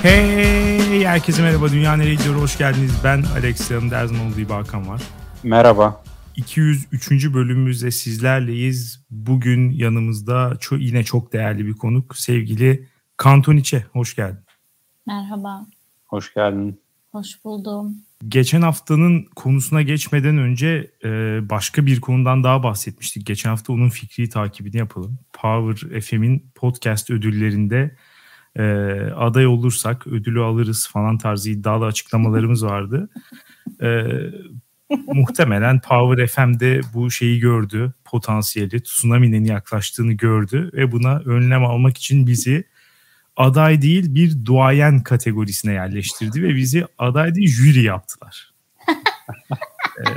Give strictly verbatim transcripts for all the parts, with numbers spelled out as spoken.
Hey, herkese merhaba. Dünya Nereye Gidiyor? Hoş geldiniz. Ben Alex, yanımda her zaman olduğu gibi Hakan var. Merhaba. iki yüz üçüncü bölümümüzde sizlerleyiz. Bugün yanımızda çok, yine çok değerli bir konuk. Sevgili Kantoniçe, hoş geldin. Merhaba. Hoş geldin. Hoş buldum. Geçen haftanın konusuna geçmeden önce e, başka bir konudan daha bahsetmiştik. Geçen hafta onun fikri takibini yapalım. Power F M'in podcast ödüllerinde e, aday olursak ödülü alırız falan tarzı iddialı açıklamalarımız vardı. E, muhtemelen Power F M'de bu şeyi gördü, potansiyeli, tsunami'nin yaklaştığını gördü ve buna önlem almak için bizi aday değil bir duayen kategorisine yerleştirdi ve bizi aday değil jüri yaptılar. ee...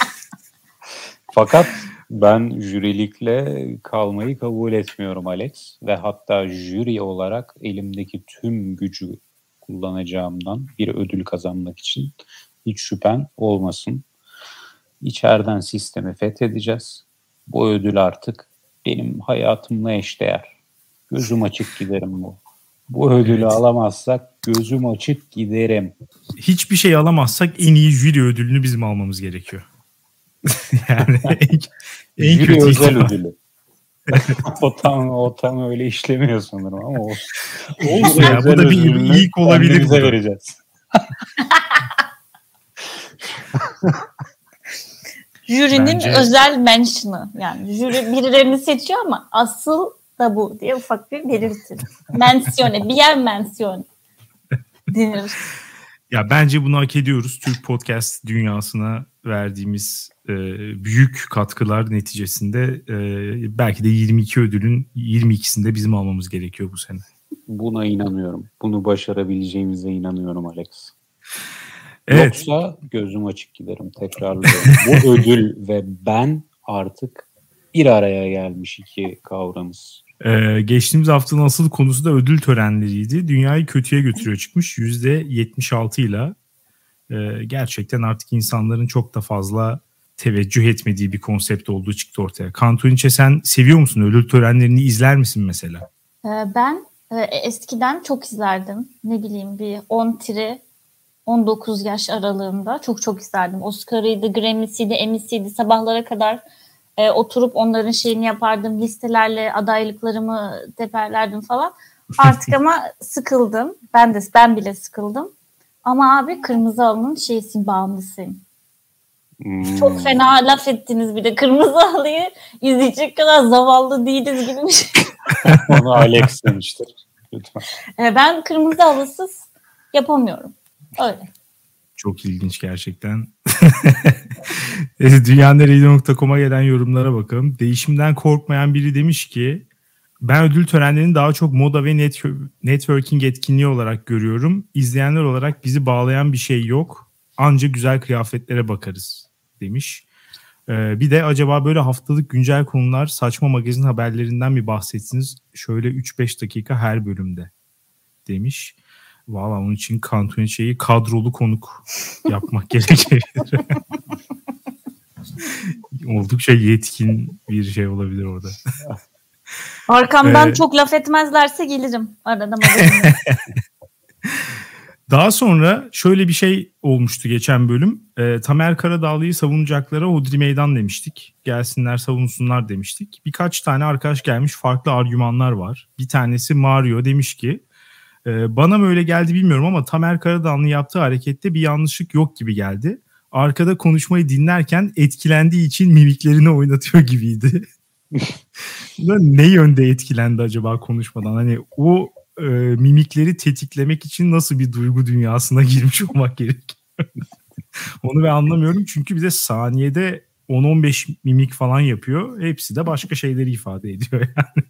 Fakat ben jürilikle kalmayı kabul etmiyorum Alex ve hatta jüri olarak elimdeki tüm gücü kullanacağımdan bir ödül kazanmak için hiç şüphen olmasın. İçeriden sistemi fethedeceğiz. Bu ödül artık benim hayatımla eşdeğer. Gözüm açık giderim bu. Bu ödülü evet. alamazsak gözüm açık giderim. Hiçbir şey alamazsak en iyi jüri ödülünü bizim almamız gerekiyor. yani en, en jüri kötü özel ihtimal. Ödülü. o tam o tam öyle işlemiyor sanırım ama olsun. Olsun ya, bu da bir ilk olabilir. Bize vereceğiz. Jürinin Bence... özel mention'ı. Yani jüri birilerini seçiyor ama asıl da bu diye ufak bir belirtir. Mensiyone, bir yer mensiyone denir. Ya bence bunu hak ediyoruz. Türk podcast dünyasına verdiğimiz e, büyük katkılar neticesinde e, belki de yirmi iki ödülün yirmi ikisinde bizim almamız gerekiyor bu sene. Buna inanıyorum. Bunu başarabileceğimize inanıyorum Alex. Evet. Yoksa gözüm açık giderim, tekrarlıyorum. Bu ödül ve ben artık bir araya gelmiş iki kavramız. Ee, geçtiğimiz haftanın asıl konusu da ödül törenleriydi. Dünyayı kötüye götürüyor çıkmış yüzde yetmiş altı ile. Gerçekten artık insanların çok da fazla teveccüh etmediği bir konsept olduğu çıktı ortaya. Kantoniçe, sen seviyor musun? Ödül törenlerini izler misin mesela? Ben eskiden çok izlerdim. Ne bileyim bir on on dokuz yaş aralığında çok çok izlerdim. Oscar'ıydı, Grammy'siydi, Emmy'siydi, sabahlara kadar e, oturup onların şeyini yapardım. Listelerle adaylıklarımı teperlerdim falan. Artık ama sıkıldım. Ben de ben bile sıkıldım. Ama abi Kırmızı Halı'nın şeysi bağımlısıyım. Hmm. Çok fena laf ettiniz bir de. Kırmızı Halı'yı izleyecek kadar zavallı değiliz gibi bir şey. Onu Alex demiştir. Lütfen. E, ben Kırmızı Halısız yapamıyorum. Öyle. Çok ilginç gerçekten. dünya nereye gidiyor nokta com'a gelen yorumlara bakalım. Değişimden korkmayan biri demiş ki ben ödül törenlerini daha çok moda ve net- networking etkinliği olarak görüyorum. İzleyenler olarak bizi bağlayan bir şey yok. Anca güzel kıyafetlere bakarız demiş. Ee, bir de acaba böyle haftalık güncel konular, saçma magazin haberlerinden bir bahsetsiniz. Şöyle üç beş dakika her bölümde demiş. Valla onun için Kantoniçe'yi kadrolu konuk yapmak gerekebilir. Oldukça yetkin bir şey olabilir orada. Arkamdan ee, çok laf etmezlerse gelirim arada. Daha sonra şöyle bir şey olmuştu geçen bölüm. E, Tamer Karadağlı'yı savunacaklara hodri meydan demiştik. Gelsinler savunsunlar demiştik. Birkaç tane arkadaş gelmiş, farklı argümanlar var. Bir tanesi Mario demiş ki e, bana mı öyle geldi bilmiyorum ama Tamer Karadağlı'nın yaptığı harekette bir yanlışlık yok gibi geldi. Arkada konuşmayı dinlerken etkilendiği için mimiklerini oynatıyor gibiydi. Ne yönde etkilendi acaba konuşmadan? Hani o e, mimikleri tetiklemek için nasıl bir duygu dünyasına girmiş olmak gerekiyor? Onu ben anlamıyorum çünkü bize saniyede on on beş mimik falan yapıyor. Hepsi de başka şeyleri ifade ediyor yani.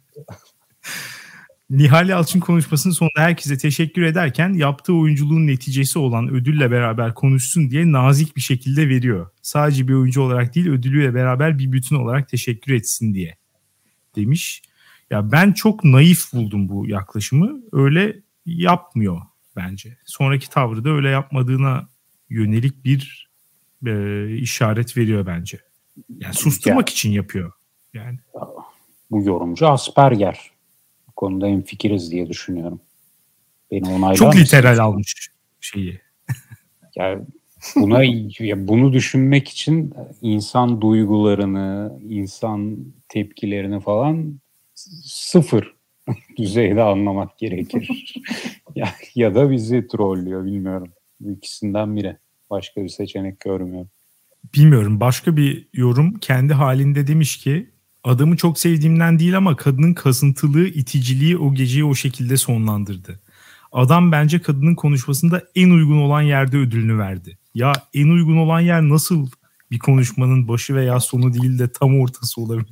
Nihal Yalçın konuşmasının sonunda herkese teşekkür ederken yaptığı oyunculuğun neticesi olan ödülle beraber konuşsun diye nazik bir şekilde veriyor. Sadece bir oyuncu olarak değil, ödülüyle beraber bir bütün olarak teşekkür etsin diye demiş. Ya ben çok naif buldum bu yaklaşımı. Öyle yapmıyor bence. Sonraki tavrı da öyle yapmadığına yönelik bir e, işaret veriyor bence. Yani susturmak ya, için yapıyor. Yani bu yorumcu Asperger. Bu konuda hemfikiriz diye düşünüyorum. Beni onaylar Çok mısın? literal almış şeyi. Yani buna ya bunu düşünmek için insan duygularını, insan tepkilerini falan sıfır düzeyde anlamak gerekir. ya, ya da bizi trollüyor, bilmiyorum. İkisinden biri. Başka bir seçenek görmüyorum. Bilmiyorum. Başka bir yorum kendi halinde demiş ki adamı çok sevdiğimden değil ama kadının kasıntılığı, iticiliği o geceyi o şekilde sonlandırdı. Adam bence kadının konuşmasında en uygun olan yerde ödülünü verdi. Ya en uygun olan yer nasıl bir konuşmanın başı veya sonu değil de tam ortası olabilir?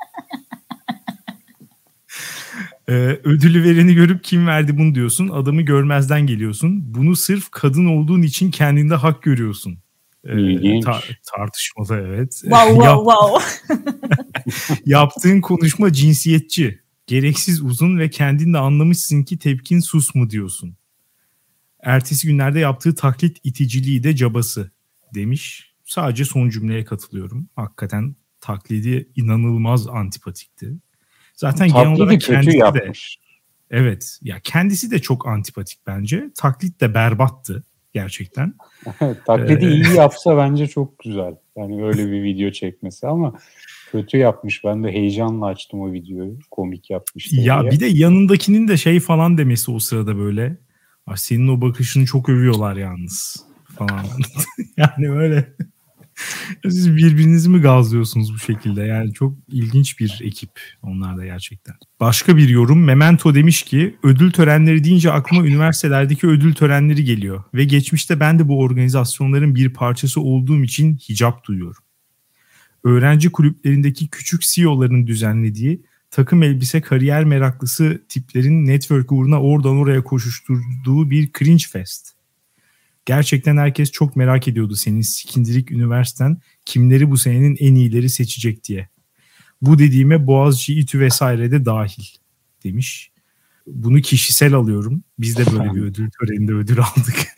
Ee, ödülü vereni görüp kim verdi bunu diyorsun. Adamı görmezden geliyorsun. Bunu sırf kadın olduğun için kendinde hak görüyorsun. Ee, ta- tartışmalı evet. Wow wow wow. Yaptığın konuşma cinsiyetçi. Gereksiz uzun ve kendin de anlamışsın ki tepkin sus mu diyorsun. Ertesi günlerde yaptığı taklit iticiliği de cabası demiş. Sadece son cümleye katılıyorum. Hakikaten taklidi inanılmaz antipatikti. Zaten taklidi genel olarak kendisi yapmış. de evet ya kendisi de çok antipatik bence. Taklit de berbattı gerçekten. Taklidi ee... iyi yapsa bence çok güzel. Yani öyle bir video çekmesi ama kötü yapmış. Ben de heyecanla açtım o videoyu. Komik yapmış diye. Ya bir de yanındakinin de şey falan demesi o sırada böyle. Senin o bakışını çok övüyorlar yalnız falan. Yani böyle siz birbirinizi mi gazlıyorsunuz bu şekilde? Yani çok ilginç bir ekip onlar da gerçekten. Başka bir yorum. Memento demiş ki ödül törenleri deyince aklıma üniversitelerdeki ödül törenleri geliyor. Ve geçmişte ben de bu organizasyonların bir parçası olduğum için hicap duyuyorum. Öğrenci kulüplerindeki küçük C E O'ların düzenlediği takım elbise kariyer meraklısı tiplerin network uğruna oradan oraya koşuşturduğu bir cringe fest. Gerçekten herkes çok merak ediyordu senin sikindirik üniversiten kimleri bu senenin en iyileri seçecek diye. Bu dediğime Boğaziçi, İTÜ vesaire de dahil demiş. Bunu kişisel alıyorum. Biz de böyle bir ödül töreninde ödül aldık.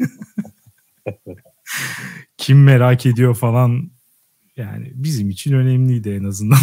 Kim merak ediyor falan. Yani bizim için önemliydi en azından.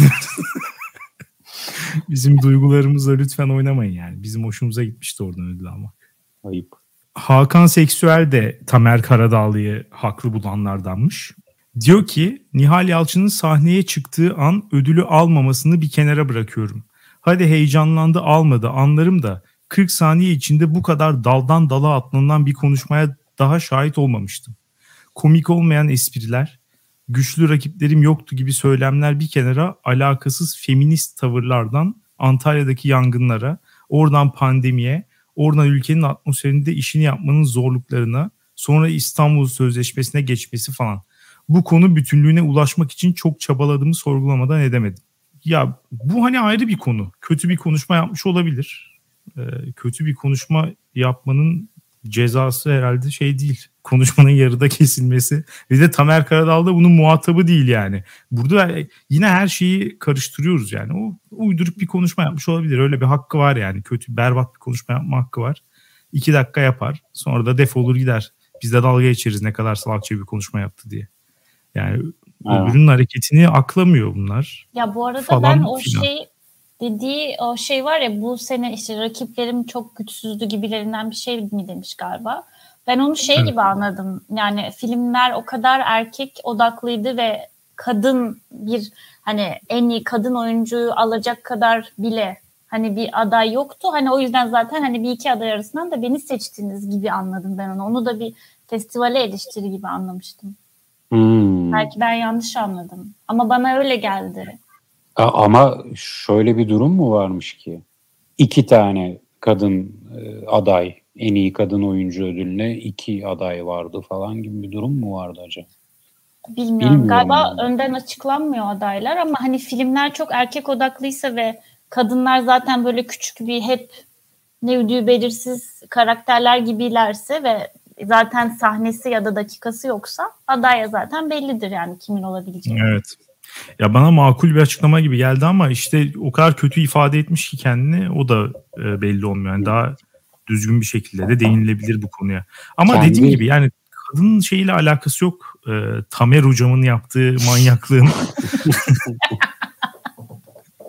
Bizim duygularımızla lütfen oynamayın yani. Bizim hoşumuza gitmişti oradan ödül almak. Ayıp. Hakan Seksüel de Tamer Karadağlı'yı haklı bulanlardanmış. Diyor ki Nihal Yalçın'ın sahneye çıktığı an ödülü almamasını bir kenara bırakıyorum. Hadi heyecanlandı almadı anlarım da kırk saniye içinde bu kadar daldan dala atlanan bir konuşmaya daha şahit olmamıştım. Komik olmayan espriler, güçlü rakiplerim yoktu gibi söylemler bir kenara alakasız feminist tavırlardan Antalya'daki yangınlara, oradan pandemiye, oradan ülkenin atmosferinde işini yapmanın zorluklarına, sonra İstanbul Sözleşmesi'ne geçmesi falan. Bu konu bütünlüğüne ulaşmak için çok çabaladığımı sorgulamadan edemedim. Ya bu hani ayrı bir konu. Kötü bir konuşma yapmış olabilir. Ee, kötü bir konuşma yapmanın cezası herhalde şey değil. Konuşmanın yarıda kesilmesi. Ve de Tamer Karadağlı da bunun muhatabı değil yani. Burada yine her şeyi karıştırıyoruz yani. O uydurup bir konuşma yapmış olabilir. Öyle bir hakkı var yani. Kötü, berbat bir konuşma yapma hakkı var. İki dakika yapar. Sonra da defolur gider. Biz de dalga geçeriz ne kadar salakça bir konuşma yaptı diye. Yani evet. Öbürünün hareketini aklamıyor bunlar. Ya bu arada falan ben o filan. şey dediği o şey var ya bu sene işte rakiplerim çok güçsüzdü gibilerinden bir şey mi demiş galiba. Ben onu şey Evet. gibi anladım. Yani filmler o kadar erkek odaklıydı ve kadın bir hani en iyi kadın oyuncuyu alacak kadar bile hani bir aday yoktu. Hani o yüzden zaten hani bir iki aday arasından da beni seçtiniz gibi anladım ben onu. Onu da bir festivale eleştiri gibi anlamıştım. Hmm. Belki ben yanlış anladım. Ama bana öyle geldi. A- ama şöyle bir durum mu varmış ki? İki tane kadın e, aday, en iyi kadın oyuncu ödülüne iki aday vardı falan gibi bir durum mu vardı acaba? Bilmiyorum. Bilmiyorum Galiba yani. önden açıklanmıyor adaylar ama hani filmler çok erkek odaklıysa ve kadınlar zaten böyle küçük bir hep nevdüğü belirsiz karakterler gibilerse ve zaten sahnesi ya da dakikası yoksa aday zaten bellidir yani kimin olabileceği. Evet. Ya bana makul bir açıklama gibi geldi ama işte o kadar kötü ifade etmiş ki kendini o da e, belli olmuyor. Yani daha düzgün bir şekilde de değinilebilir bu konuya. Ama Kendi- dediğim gibi yani kadının şeyiyle alakası yok. E, Tamer hocamın yaptığı manyaklığın.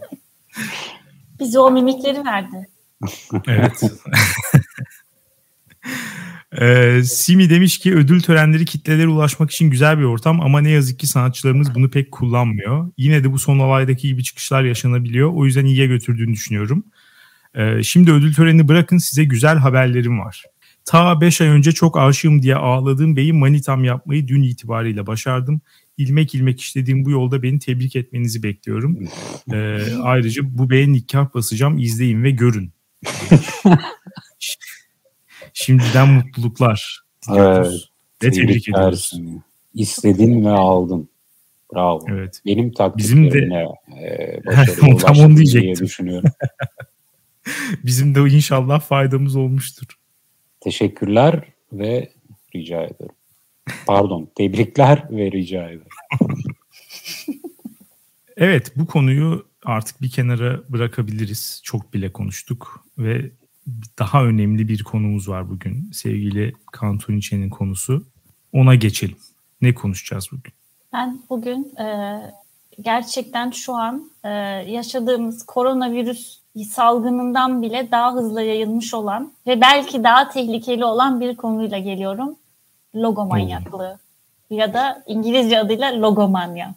Bize o mimikleri verdi. Evet. Ee, Simi demiş ki ödül törenleri kitlelere ulaşmak için güzel bir ortam ama ne yazık ki sanatçılarımız bunu pek kullanmıyor. Yine de bu son olaydaki gibi çıkışlar yaşanabiliyor. O yüzden iyiye götürdüğünü düşünüyorum. Ee, şimdi ödül törenini bırakın, size güzel haberlerim var. Ta beş ay önce çok aşığım diye ağladığım beyi manitam yapmayı dün itibariyle başardım. İlmek ilmek işlediğim bu yolda beni tebrik etmenizi bekliyorum. Ee, ayrıca bu beye nikah basacağım, izleyin ve görün. Şimdiden mutluluklar diliyoruz. Evet, ve tebrik ediyoruz. İstedin ve aldın. Bravo. Evet. Benim taktiklerimle e, başarıya ulaştım diye düşünüyorum. Bizim de inşallah faydamız olmuştur. Teşekkürler ve rica ederim. Pardon, tebrikler ve rica ederim. Evet, bu konuyu artık bir kenara bırakabiliriz. Çok bile konuştuk ve daha önemli bir konumuz var bugün. Sevgili Kaan Tuğniçe'nin konusu. Ona geçelim. Ne konuşacağız bugün? Ben bugün e, gerçekten şu an e, yaşadığımız koronavirüs salgınından bile daha hızlı yayılmış olan ve belki daha tehlikeli olan bir konuyla geliyorum. Logomanyaklığı. Hmm. Ya da İngilizce adıyla logomanya.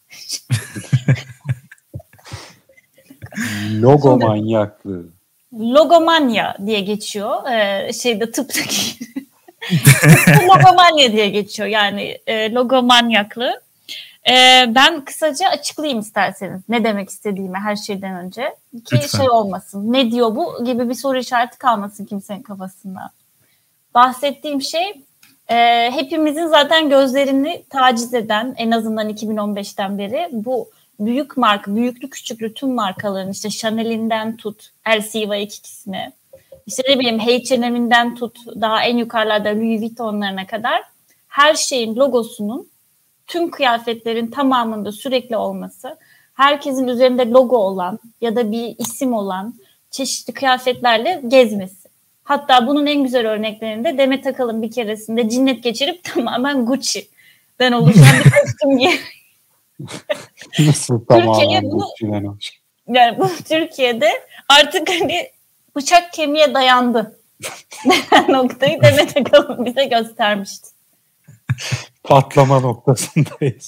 Logomanyaklığı. Logomanya diye geçiyor. Ee, şeyde tıptaki logomanya diye geçiyor. Yani e, logomanyaklığı. Ee, ben kısaca açıklayayım isterseniz ne demek istediğimi her şeyden önce. Ki Lütfen. Şey olmasın. Ne diyor bu gibi bir soru işareti kalmasın kimsenin kafasında. Bahsettiğim şey e, hepimizin zaten gözlerini taciz eden, en azından iki bin on beşten beri bu büyük marka, büyüklü küçüklü tüm markaların işte Chanel'inden tut, L C Y ikisine, işte ne bileyim H and M'den tut, daha en yukarılarda Louis Vuitton'larına kadar her şeyin logosunun tüm kıyafetlerin tamamında sürekli olması, herkesin üzerinde logo olan ya da bir isim olan çeşitli kıyafetlerle gezmesi. Hatta bunun en güzel örneklerinde Demet Akalın bir keresinde cinnet geçirip tamamen Gucci'den oluşan bir kostüm giyerek Nasıl tamamen Gucci'den oluşan? Yani bu Türkiye'de artık hani bıçak kemiğe dayandı noktayı Demet Akalın bize göstermişti. Patlama noktasındayız.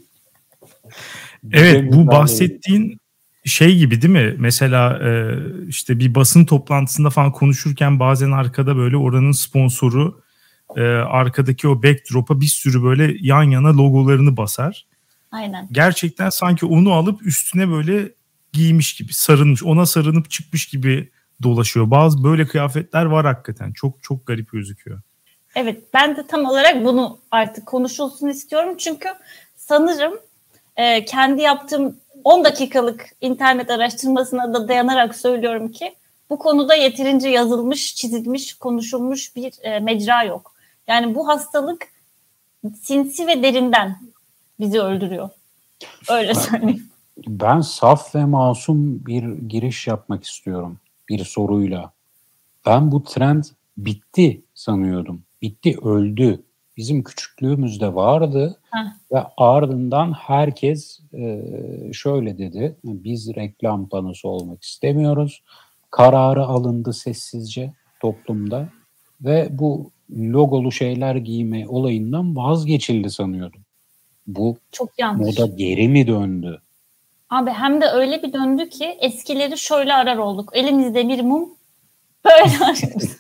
Evet, bu bahsettiğin şey gibi değil mi? Mesela e, işte bir basın toplantısında falan konuşurken bazen arkada böyle oranın sponsoru e, arkadaki o backdrop'a bir sürü böyle yan yana logolarını basar. Aynen. Gerçekten sanki onu alıp üstüne böyle giymiş gibi, sarılmış, ona sarınıp çıkmış gibi dolaşıyor. Bazı böyle kıyafetler var hakikaten. Çok çok garip gözüküyor. Evet, ben de tam olarak bunu artık konuşulsun istiyorum. Çünkü sanırım e, kendi yaptığım on dakikalık internet araştırmasına da dayanarak söylüyorum ki bu konuda yeterince yazılmış, çizilmiş, konuşulmuş bir e, mecra yok. Yani bu hastalık sinsi ve derinden bizi öldürüyor. Öyle söyleyeyim. Ben saf ve masum bir giriş yapmak istiyorum bir soruyla. Ben bu trend bitti sanıyordum. Bitti, öldü. Bizim küçüklüğümüzde vardı. Heh. Ve ardından herkes e, şöyle dedi. Biz reklam panosu olmak istemiyoruz. Kararı alındı sessizce toplumda. Ve bu logolu şeyler giyme olayından vazgeçildi sanıyordum. Bu çok yanlış. Moda geri mi döndü? Abi hem de öyle bir döndü ki eskileri şöyle arar olduk. Elimizde bir mum böyle arıyoruz.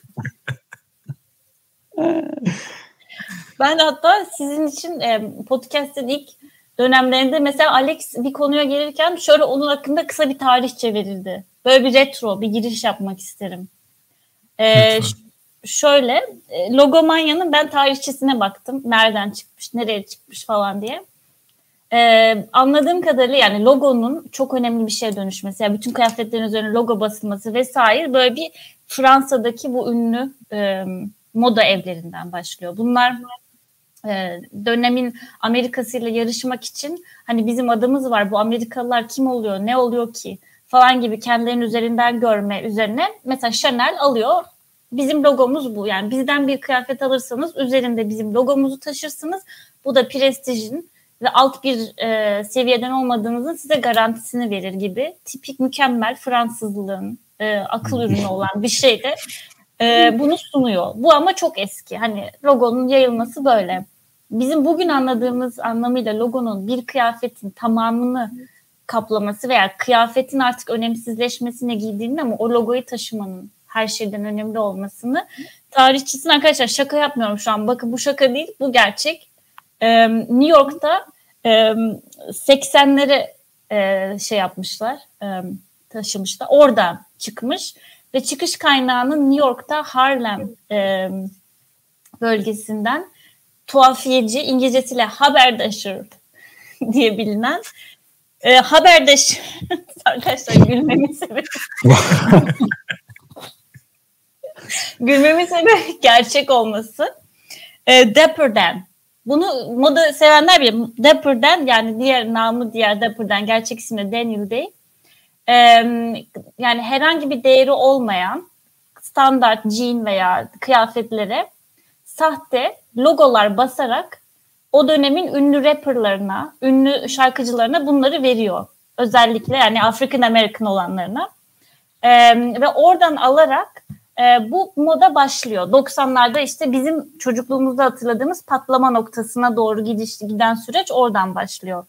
Ben de hatta sizin için e, podcast'ın ilk dönemlerinde mesela Alex bir konuya gelirken şöyle onun hakkında kısa bir tarihçe verirdi. Böyle bir retro bir giriş yapmak isterim. E, ş- şöyle e, Logomanya'nın ben tarihçesine baktım. Nereden çıkmış, nereye çıkmış falan diye. Ee, anladığım kadarıyla yani logonun çok önemli bir şeye dönüşmesi, yani bütün kıyafetlerin üzerine logo basılması vesaire böyle bir Fransa'daki bu ünlü e, moda evlerinden başlıyor. Bunlar e, dönemin Amerika'sıyla yarışmak için hani bizim adımız var, bu Amerikalılar kim oluyor, ne oluyor ki falan gibi kendilerinin üzerinden görme üzerine mesela Chanel alıyor, bizim logomuz bu, yani bizden bir kıyafet alırsanız üzerinde bizim logomuzu taşırsınız, bu da prestijin ve alt bir e, seviyeden olmadığınızın size garantisini verir gibi tipik mükemmel Fransızlığın e, akıl ürünü olan bir şeyde e, bunu sunuyor. Bu ama çok eski. Hani logonun yayılması böyle. Bizim bugün anladığımız anlamıyla logonun bir kıyafetin tamamını kaplaması veya kıyafetin artık önemsizleşmesine giydiğinde ama o logoyu taşımanın her şeyden önemli olmasını tarihçisin arkadaşlar, şaka yapmıyorum şu an. Bakın bu şaka değil, bu gerçek. Ee, New York'ta e, seksenleri e, şey yapmışlar, e, taşımışlar. Orada çıkmış ve çıkış kaynağının New York'ta Harlem e, bölgesinden tuhafiyeci, İngilizcesiyle haberdasher diye bilinen e, haberdaş arkadaşlar gülmemin sebebi gülmemin sebebi gerçek olması. E, Dapper Dan. Bunu moda sevenler bilir. Dapper Dan, yani diğer namı diğer Dapper Dan, gerçek ismi Daniel Day. E, yani herhangi bir değeri olmayan standart jean veya kıyafetlere sahte logolar basarak o dönemin ünlü rapperlarına, ünlü şarkıcılarına bunları veriyor. Özellikle yani African American olanlarına. Ee, ve oradan alarak e, bu moda başlıyor. doksanlarda işte bizim çocukluğumuzda hatırladığımız patlama noktasına doğru gidiş, giden süreç oradan başlıyor.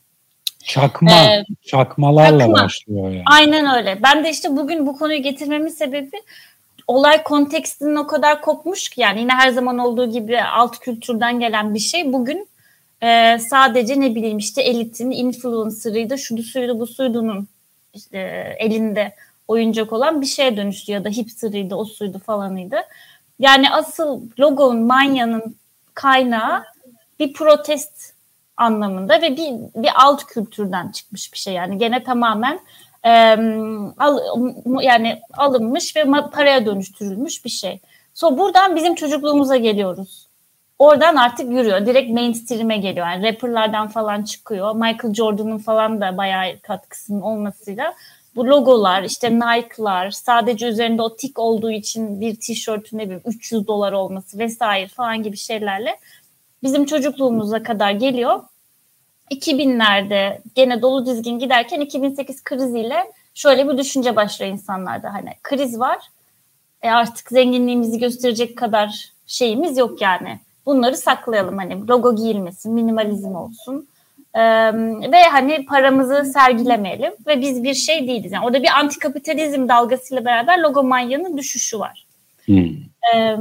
Çakma, ee, çakmalarla çakma. başlıyor yani. Aynen öyle. Ben de işte bugün bu konuyu getirmemin sebebi, olay kontekstinin o kadar kopmuş ki, yani yine her zaman olduğu gibi alt kültürden gelen bir şey. Bugün e, sadece ne bileyim işte elitin, influencer'ıydı, şudu suydu, bu suydunun işte, elinde oyuncak olan bir şeye dönüştü ya da hipster'ıydı, o suydu falanıydı. Yani asıl logonun, manyanın kaynağı bir protest anlamında ve bir, bir alt kültürden çıkmış bir şey. Yani gene tamamen e, al, yani alınmış ve paraya dönüştürülmüş bir şey. So buradan bizim çocukluğumuza geliyoruz. Oradan artık yürüyor. Direkt mainstream'e geliyor. Yani rapperlardan falan çıkıyor. Michael Jordan'ın falan da bayağı katkısının olmasıyla bu logolar, işte Nike'lar, sadece üzerinde o tik olduğu için bir tişörtün ne bileyim üç yüz dolar olması vesaire falan gibi şeylerle bizim çocukluğumuza kadar geliyor. iki binlerde gene dolu dizgin giderken iki bin sekiz kriziyle şöyle bir düşünce başlıyor insanlarda. Hani kriz var. E artık zenginliğimizi gösterecek kadar şeyimiz yok yani. Bunları saklayalım, hani logo giyilmesin, minimalizm olsun. Ee, ve hani paramızı sergilemeyelim ve biz bir şey değiliz. Yani orada bir antikapitalizm dalgasıyla beraber logomanyanın düşüşü var. Hmm. Ee,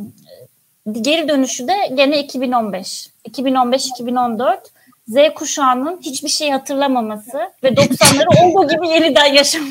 geri dönüşü de gene iki bin on beş. iki bin on beş iki bin on dört Z kuşağının hiçbir şey hatırlamaması ve doksanları olduğu gibi yeniden yaşaması.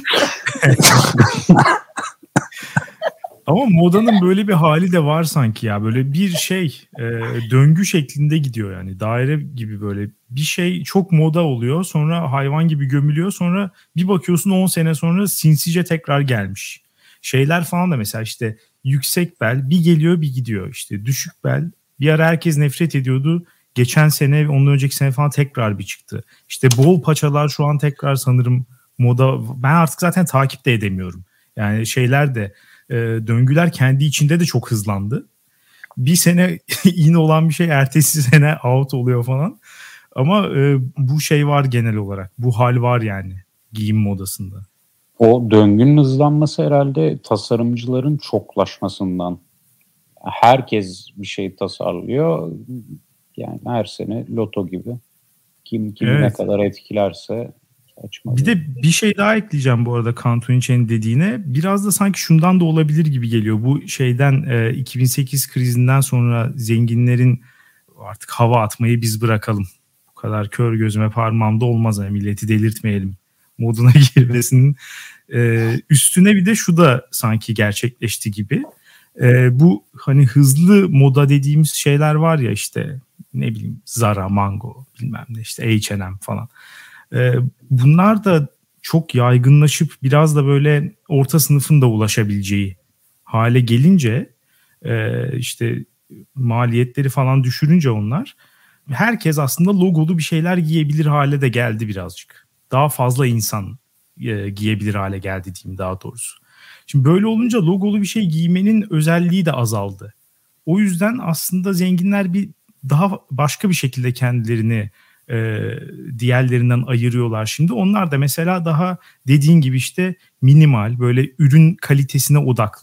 Ama modanın böyle bir hali de var sanki ya. Böyle bir şey e, döngü şeklinde gidiyor yani. Daire gibi böyle bir şey çok moda oluyor. Sonra hayvan gibi gömülüyor. Sonra bir bakıyorsun on sene sonra sinsice tekrar gelmiş. Şeyler falan da mesela işte yüksek bel bir geliyor bir gidiyor. İşte düşük bel bir ara herkes nefret ediyordu. Geçen sene, ondan önceki sene falan tekrar bir çıktı. İşte bol paçalar şu an tekrar sanırım moda. Ben artık zaten takip de edemiyorum. Yani şeyler de e, döngüler kendi içinde de çok hızlandı. Bir sene in olan bir şey ertesi sene out oluyor falan. Ama e, bu şey var genel olarak. Bu hal var yani giyim modasında. O döngünün hızlanması herhalde tasarımcıların çoklaşmasından. Herkes bir şey tasarlıyor. Yani her sene loto gibi. Kim kimi evet. ne kadar etkilerse saçma. Bir de bir şey daha ekleyeceğim bu arada Canton Chen dediğine. Biraz da sanki şundan da olabilir gibi geliyor. Bu şeyden e, iki bin sekiz krizinden sonra zenginlerin artık hava atmayı biz bırakalım. Bu kadar kör gözüme parmağımda olmaz. Yani milleti delirtmeyelim moduna girmesinin e, üstüne bir de şu da sanki gerçekleşti gibi. E, bu hani hızlı moda dediğimiz şeyler var ya, işte ne bileyim Zara, Mango, bilmem ne işte H and M falan. Ee, bunlar da çok yaygınlaşıp biraz da böyle orta sınıfın da ulaşabileceği hale gelince e, işte maliyetleri falan düşürünce onlar, herkes aslında logolu bir şeyler giyebilir hale de geldi birazcık. Daha fazla insan e, giyebilir hale geldi diyeyim daha doğrusu. Şimdi böyle olunca logolu bir şey giymenin özelliği de azaldı. O yüzden aslında zenginler bir daha başka bir şekilde kendilerini e, diğerlerinden ayırıyorlar şimdi. Onlar da mesela daha dediğin gibi işte minimal, böyle ürün kalitesine odaklı.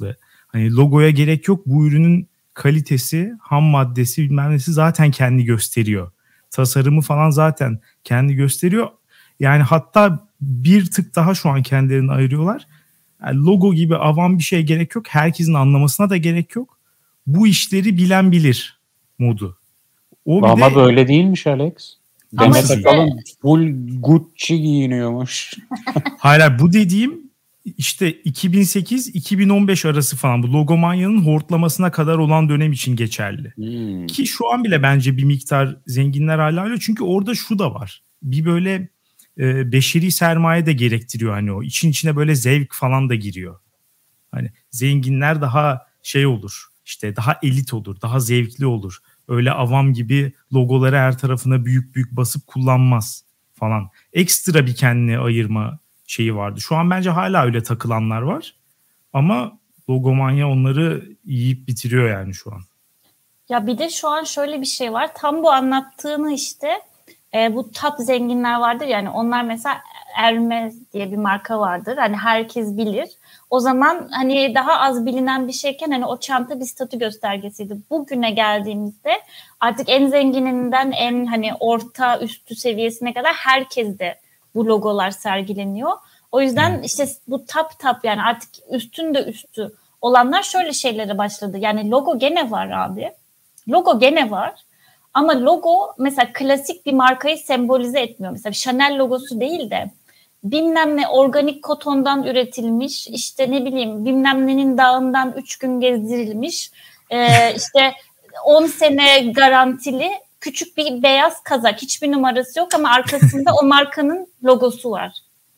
Hani logoya gerek yok. Bu ürünün kalitesi, ham maddesi bilmem nesi zaten kendi gösteriyor. Tasarımı falan zaten kendi gösteriyor. Yani hatta bir tık daha şu an kendilerini ayırıyorlar. Yani logo gibi avam bir şeye gerek yok. Herkesin anlamasına da gerek yok. Bu işleri bilen bilir modu. O Ama de... böyle değilmiş Alex. Demet Akalın full Gucci giyiniyormuş. Hayır, bu dediğim işte iki bin sekiz iki bin on beş arası falan, bu logomanyanın hortlamasına kadar olan dönem için geçerli. Hmm. Ki şu an bile bence bir miktar zenginler hala öyle. Çünkü orada şu da var. Bir böyle e, beşeri sermaye de gerektiriyor hani o. İçin içine böyle zevk falan da giriyor. Hani zenginler daha şey olur. İşte daha elit olur, daha zevkli olur. Öyle avam gibi logoları her tarafına büyük büyük basıp kullanmaz falan. Ekstra bir kendine ayırma şeyi vardı. Şu an bence hala öyle takılanlar var. Ama logomanya onları yiyip bitiriyor yani şu an. Ya bir de şu an şöyle bir şey var. Tam bu anlattığını işte e, bu top zenginler vardır. Yani onlar mesela Hermes diye bir marka vardır. Hani herkes bilir. O zaman hani daha az bilinen bir şeyken hani o çanta bir statü göstergesiydi. Bugüne geldiğimizde artık en zengininden en hani orta üstü seviyesine kadar herkes de bu logolar sergileniyor. O yüzden hmm. işte bu top top yani artık üstün de üstü olanlar şöyle şeylere başladı. Yani logo gene var abi. Logo gene var. Ama logo mesela klasik bir markayı sembolize etmiyor. Mesela Chanel logosu değil de bilmem ne organik kotondan üretilmiş, işte ne bileyim bilmem nenin dağından üç gün gezdirilmiş, e, işte on sene garantili küçük bir beyaz kazak, hiçbir numarası yok ama arkasında o markanın logosu var.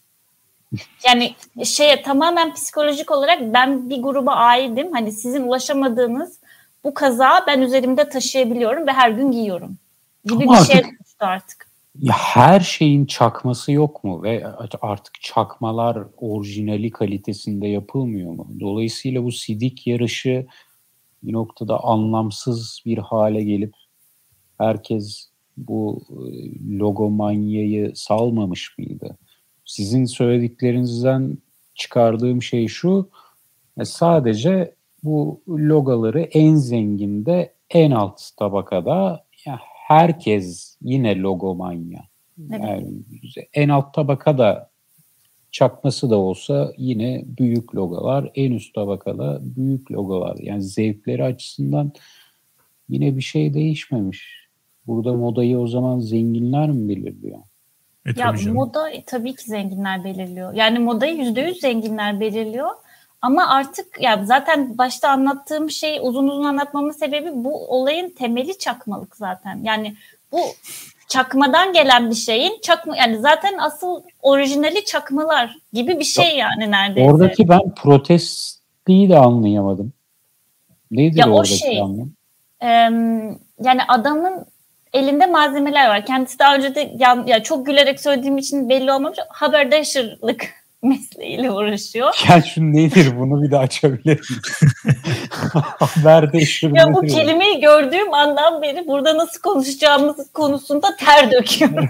Yani şeye tamamen psikolojik olarak ben bir gruba aidim, hani sizin ulaşamadığınız bu kazağı ben üzerimde taşıyabiliyorum ve her gün giyiyorum gibi ama bir şey artık, artık. Ya her şeyin çakması yok mu ve artık çakmalar orijinali kalitesinde yapılmıyor mu? Dolayısıyla bu sidik yarışı bir noktada anlamsız bir hale gelip herkes bu logomanyayı salmamış mıydı? Sizin söylediklerinizden çıkardığım şey şu, sadece bu logoları en zenginde, en alt tabakada ya herkes yine logomanya. Yani en alt tabakada çakması da olsa yine büyük logolar, en üst tabakada büyük logolar. Yani zevkleri açısından yine bir şey değişmemiş. Burada modayı o zaman zenginler mi belirliyor? E, ya moda tabii ki zenginler belirliyor. Yani modayı yüzde yüz zenginler belirliyor. Ama artık ya zaten başta anlattığım şey, uzun uzun anlatmamın sebebi bu olayın temeli çakmalık zaten. Yani bu çakmadan gelen bir şeyin çakma, yani zaten asıl orijinali çakmalar gibi bir şey yani neredeyse. Oradaki ben protestiyi de anlayamadım. Nedir ya oradaki o şey, anlam? E, yani adamın elinde malzemeler var. Kendisi daha önce de ya, ya çok gülerek söylediğim için belli olmamış, haberdaşırlık mesleğiyle uğraşıyor. Ya şu nedir, bunu bir de açabilir misin? Haberdaşırlık. Ya bu kelimeyi gördüğüm andan beri burada nasıl konuşacağımız konusunda ter döküyorum.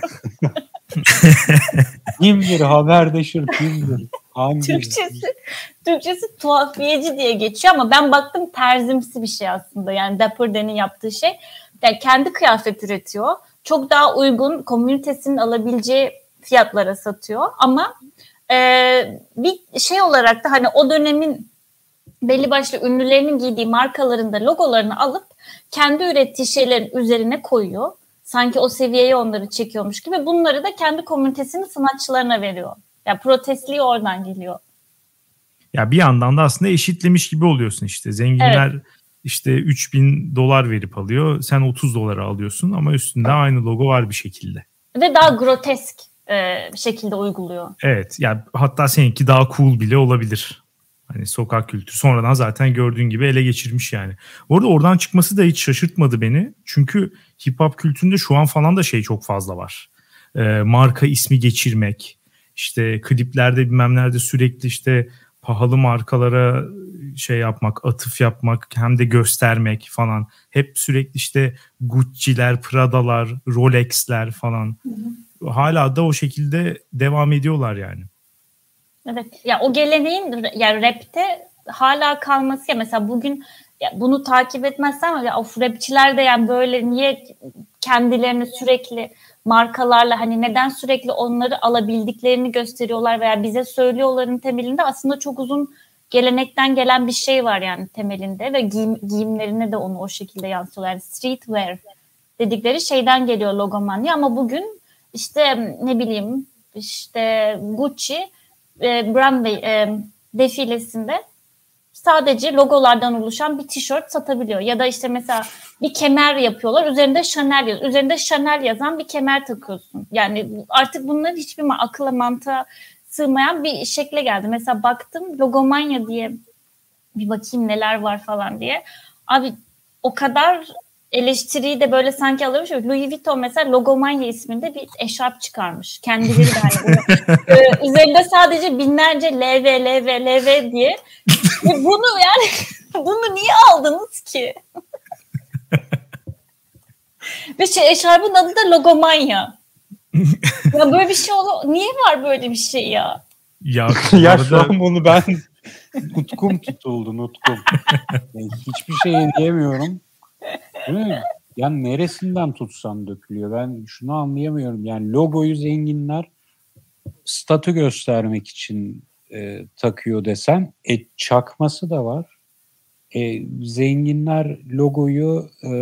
Kimdir haberdaşır, kimdir? Hangi? Türkçesi, Türkçesi tuhafiyeci diye geçiyor ama ben baktım terzimsi bir şey aslında. Yani Dapper Dan'in yaptığı şey. Yani kendi kıyafet üretiyor. Çok daha uygun, komünitesinin alabileceği fiyatlara satıyor. Ama e, bir şey olarak da hani o dönemin belli başlı ünlülerinin giydiği markaların da logolarını alıp kendi ürettiği şeylerin üzerine koyuyor. Sanki o seviyeye onları çekiyormuş gibi. Bunları da kendi komünitesinin sanatçılarına veriyor. Yani protestliği oradan geliyor. Ya bir yandan da aslında eşitlemiş gibi oluyorsun işte. Zenginler evet. işte üç bin dolar verip alıyor. Sen otuz dolara alıyorsun ama üstünde evet. aynı logo var bir şekilde. Ve daha grotesk e, bir şekilde uyguluyor. Evet. Yani hatta seninki daha cool bile olabilir. Hani sokak kültürü sonradan zaten gördüğün gibi ele geçirmiş yani. Orada oradan çıkması da hiç şaşırtmadı beni. Çünkü hip hop kültüründe şu an falan da şey çok fazla var. Ee, marka ismi geçirmek, işte kliplerde bilmem nerede sürekli işte pahalı markalara şey yapmak, atıf yapmak, hem de göstermek falan. Hep sürekli işte Gucci'ler, Prada'lar, Rolex'ler falan. Hı hı. Hala da o şekilde devam ediyorlar yani. Evet. Ya o geleneğin yani rapte hala kalması ya mesela bugün ya bunu takip etmezsem ya of rapçiler de yani böyle niye kendilerini sürekli markalarla hani neden sürekli onları alabildiklerini gösteriyorlar veya bize söylüyorların temelinde aslında çok uzun gelenekten gelen bir şey var yani temelinde ve giyim, giyimlerine de onu o şekilde yansıyorlar. Yani streetwear dedikleri şeyden geliyor logomanya ama bugün işte ne bileyim işte Gucci e, Runway e, defilesinde sadece logolardan oluşan bir tişört satabiliyor. Ya da işte mesela bir kemer yapıyorlar. Üzerinde Chanel yazıyor. Üzerinde Chanel yazan bir kemer takıyorsun. Yani artık bunların hiçbir akıla mantığa sığmayan bir şekle geldi. Mesela baktım logomanya diye bir bakayım neler var falan diye. Abi o kadar eleştiriyi de böyle sanki alıyormuş. Louis Vuitton mesela logomanya isminde bir eşarp çıkarmış. Kendileri de hani ee, üzerinde sadece binlerce L V, L V, L V diye. Ve bunu yani bunu niye aldınız ki? Ve şey eşarbın adı da logomanya. Ya böyle bir şey olur. Niye var böyle bir şey ya? Ya, ya şu an bunu ben nutkum tutuldu nutkum. Yani hiçbir şey diyemiyorum. Değil mi? Yani neresinden tutsan dökülüyor. Ben şunu anlayamıyorum. Yani logoyu zenginler statü göstermek için e, takıyor desem, e, çakması da var. E, zenginler logoyu e,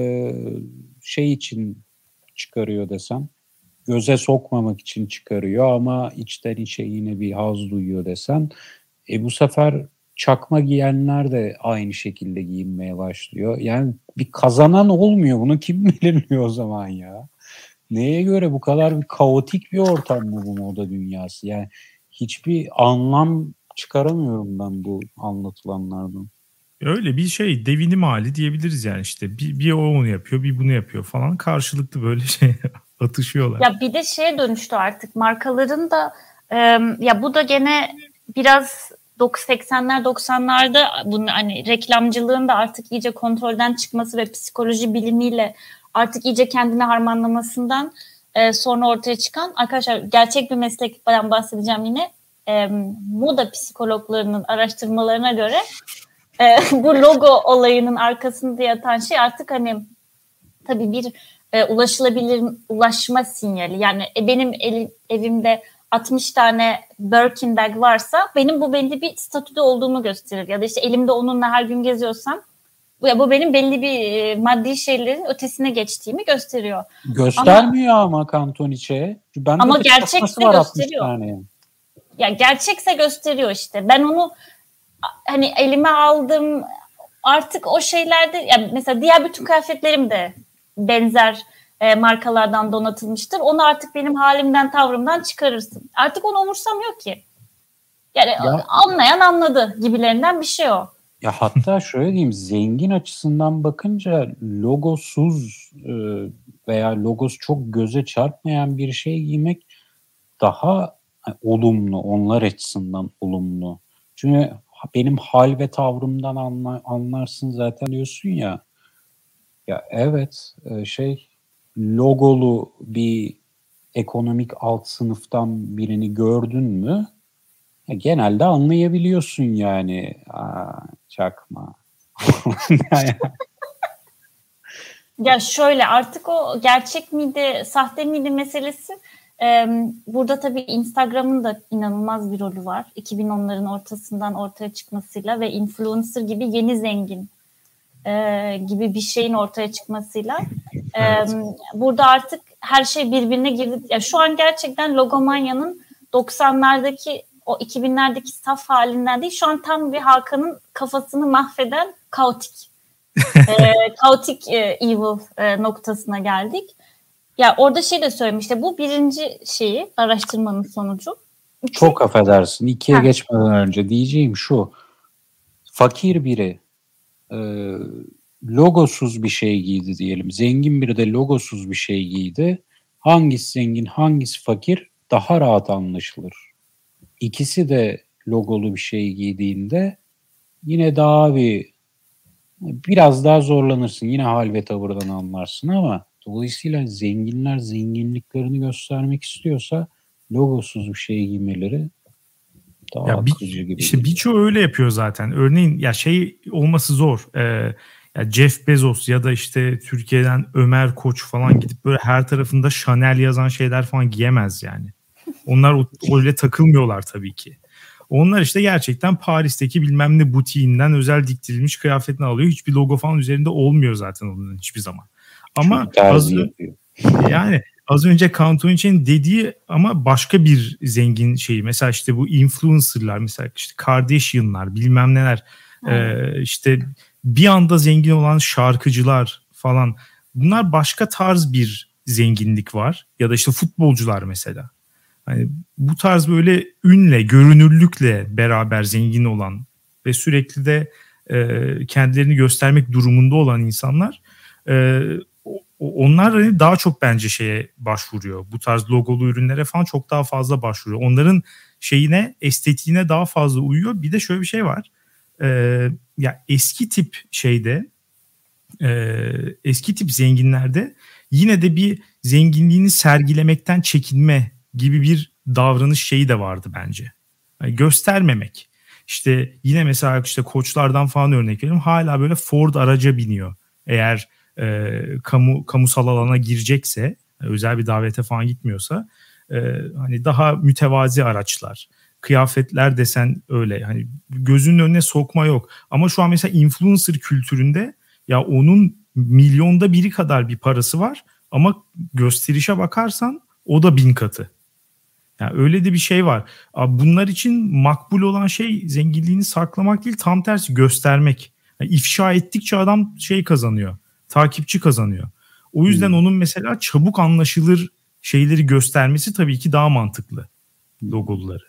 şey için çıkarıyor desem, göze sokmamak için çıkarıyor ama içten içe yine bir haz duyuyor desen, e, bu sefer çakma giyenler de aynı şekilde giyinmeye başlıyor. Yani bir kazanan olmuyor. Bunu kim belirliyor o zaman ya? Neye göre bu kadar bir kaotik bir ortam mı bu moda dünyası? Yani hiçbir anlam çıkaramıyorum ben bu anlatılanlardan. Öyle bir şey devinim hali diyebiliriz yani işte bir, bir o onu yapıyor bir bunu yapıyor falan karşılıklı böyle şey atışıyorlar. Ya bir de şeye dönüştü artık markaların da e, ya bu da gene biraz seksenler doksanlarda bunun hani reklamcılığın da artık iyice kontrolden çıkması ve psikoloji bilimiyle artık iyice kendini harmanlamasından e, sonra ortaya çıkan arkadaşlar gerçek bir meslekten bahsedeceğim yine e, moda psikologlarının araştırmalarına göre e, bu logo olayının arkasında yatan şey artık hani tabii bir e, ulaşılabilir ulaşma sinyali yani e, benim el, evimde altmış tane Birkin bag varsa benim bu belli bir statüde olduğumu gösterir ya da işte elimde onunla her gün geziyorsam bu, ya bu benim belli bir e, maddi şeylerin ötesine geçtiğimi gösteriyor. Göstermiyor ama, ama Kantoniçe. Ama gerçekse gösteriyor. Ya gerçekse gösteriyor işte. Ben onu hani elime aldım artık o şeylerde yani mesela diğer bütün kıyafetlerim de benzer e, markalardan donatılmıştır. Onu artık benim halimden tavrımdan çıkarırsın. Artık onu umursamıyor ki. Yani ya, anlayan anladı gibilerinden bir şey o. Ya hatta şöyle diyeyim zengin açısından bakınca logosuz e, veya logosu çok göze çarpmayan bir şey giymek daha yani, olumlu, onlar açısından olumlu. Çünkü benim hal ve tavrımdan anla, anlarsın zaten diyorsun ya. Ya evet şey logolu bir ekonomik alt sınıftan birini gördün mü ya genelde anlayabiliyorsun yani. Aa, çakma. Ya şöyle artık o gerçek miydi, sahte miydi meselesi Ee, burada tabii Instagram'ın da inanılmaz bir rolü var. iki bin onların ortasından ortaya çıkmasıyla ve influencer gibi yeni zengin e, gibi bir şeyin ortaya çıkmasıyla evet. e, burada artık her şey birbirine girdi. Ya şu an gerçekten logomanyanın doksanlardaki o iki binlerdeki saf halinden değil şu an tam bir Hakan'ın kafasını mahveden kaotik e, kaotik e, evil e, noktasına geldik. Ya orada şey de söylemişti. Bu birinci şeyi araştırmanın sonucu. İki, Çok affedersin. İkiye ha. geçmeden önce diyeceğim şu. Fakir biri e, logosuz bir şey giydi diyelim. Zengin biri de logosuz bir şey giydi. Hangisi zengin, hangisi fakir daha rahat anlaşılır. İkisi de logolu bir şey giydiğinde yine daha bir biraz daha zorlanırsın. Yine hal ve tavırdan anlarsın ama dolayısıyla zenginler zenginliklerini göstermek istiyorsa logosuz bir şey giymeleri Daha ya bir, akıcı gibi. İşte birçoğu öyle yapıyor zaten. Örneğin ya şey olması zor. Ee, ya Jeff Bezos ya da işte Türkiye'den Ömer Koç falan gidip böyle her tarafında Chanel yazan şeyler falan giyemez yani. Onlar öyle takılmıyorlar tabii ki. Onlar işte gerçekten Paris'teki bilmem ne butiğinden özel diktirilmiş kıyafetini alıyor. Hiçbir logo falan üzerinde olmuyor zaten onun hiçbir zaman. Ama az, yani az önce Kantonic'in dediği ama başka bir zengin şeyi. Mesela işte bu influencerlar, mesela işte Kardashian'lar, bilmem neler. Ee, işte bir anda zengin olan şarkıcılar falan. Bunlar başka tarz bir zenginlik var. Ya da işte futbolcular mesela. Hani bu tarz böyle ünle, görünürlükle beraber zengin olan ve sürekli de e, kendilerini göstermek durumunda olan insanlar, e, onlar hani daha çok bence şeye başvuruyor. Bu tarz logolu ürünlere falan çok daha fazla başvuruyor. Onların şeyine, estetiğine daha fazla uyuyor. Bir de şöyle bir şey var. E, ya eski tip şeyde, e, eski tip zenginlerde yine de bir zenginliğini sergilemekten çekinme gibi bir davranış şeyi de vardı bence. Yani göstermemek. İşte yine mesela işte Koçlardan falan örnek veriyorum. Hala böyle Ford araca biniyor. Eğer e, kamu kamusal alana girecekse, özel bir davete falan gitmiyorsa, e, hani daha mütevazi araçlar, kıyafetler desen öyle. Hani gözünün önüne sokma yok. Ama şu an mesela influencer kültüründe ya onun milyonda biri kadar bir parası var ama gösterişe bakarsan o da bin katı. Yani öyle de bir şey var. Bunlar için makbul olan şey zenginliğini saklamak değil, tam tersi göstermek. Yani ifşa ettikçe adam şey kazanıyor, takipçi kazanıyor. O yüzden hmm. onun mesela çabuk anlaşılır şeyleri göstermesi tabii ki daha mantıklı, logoları.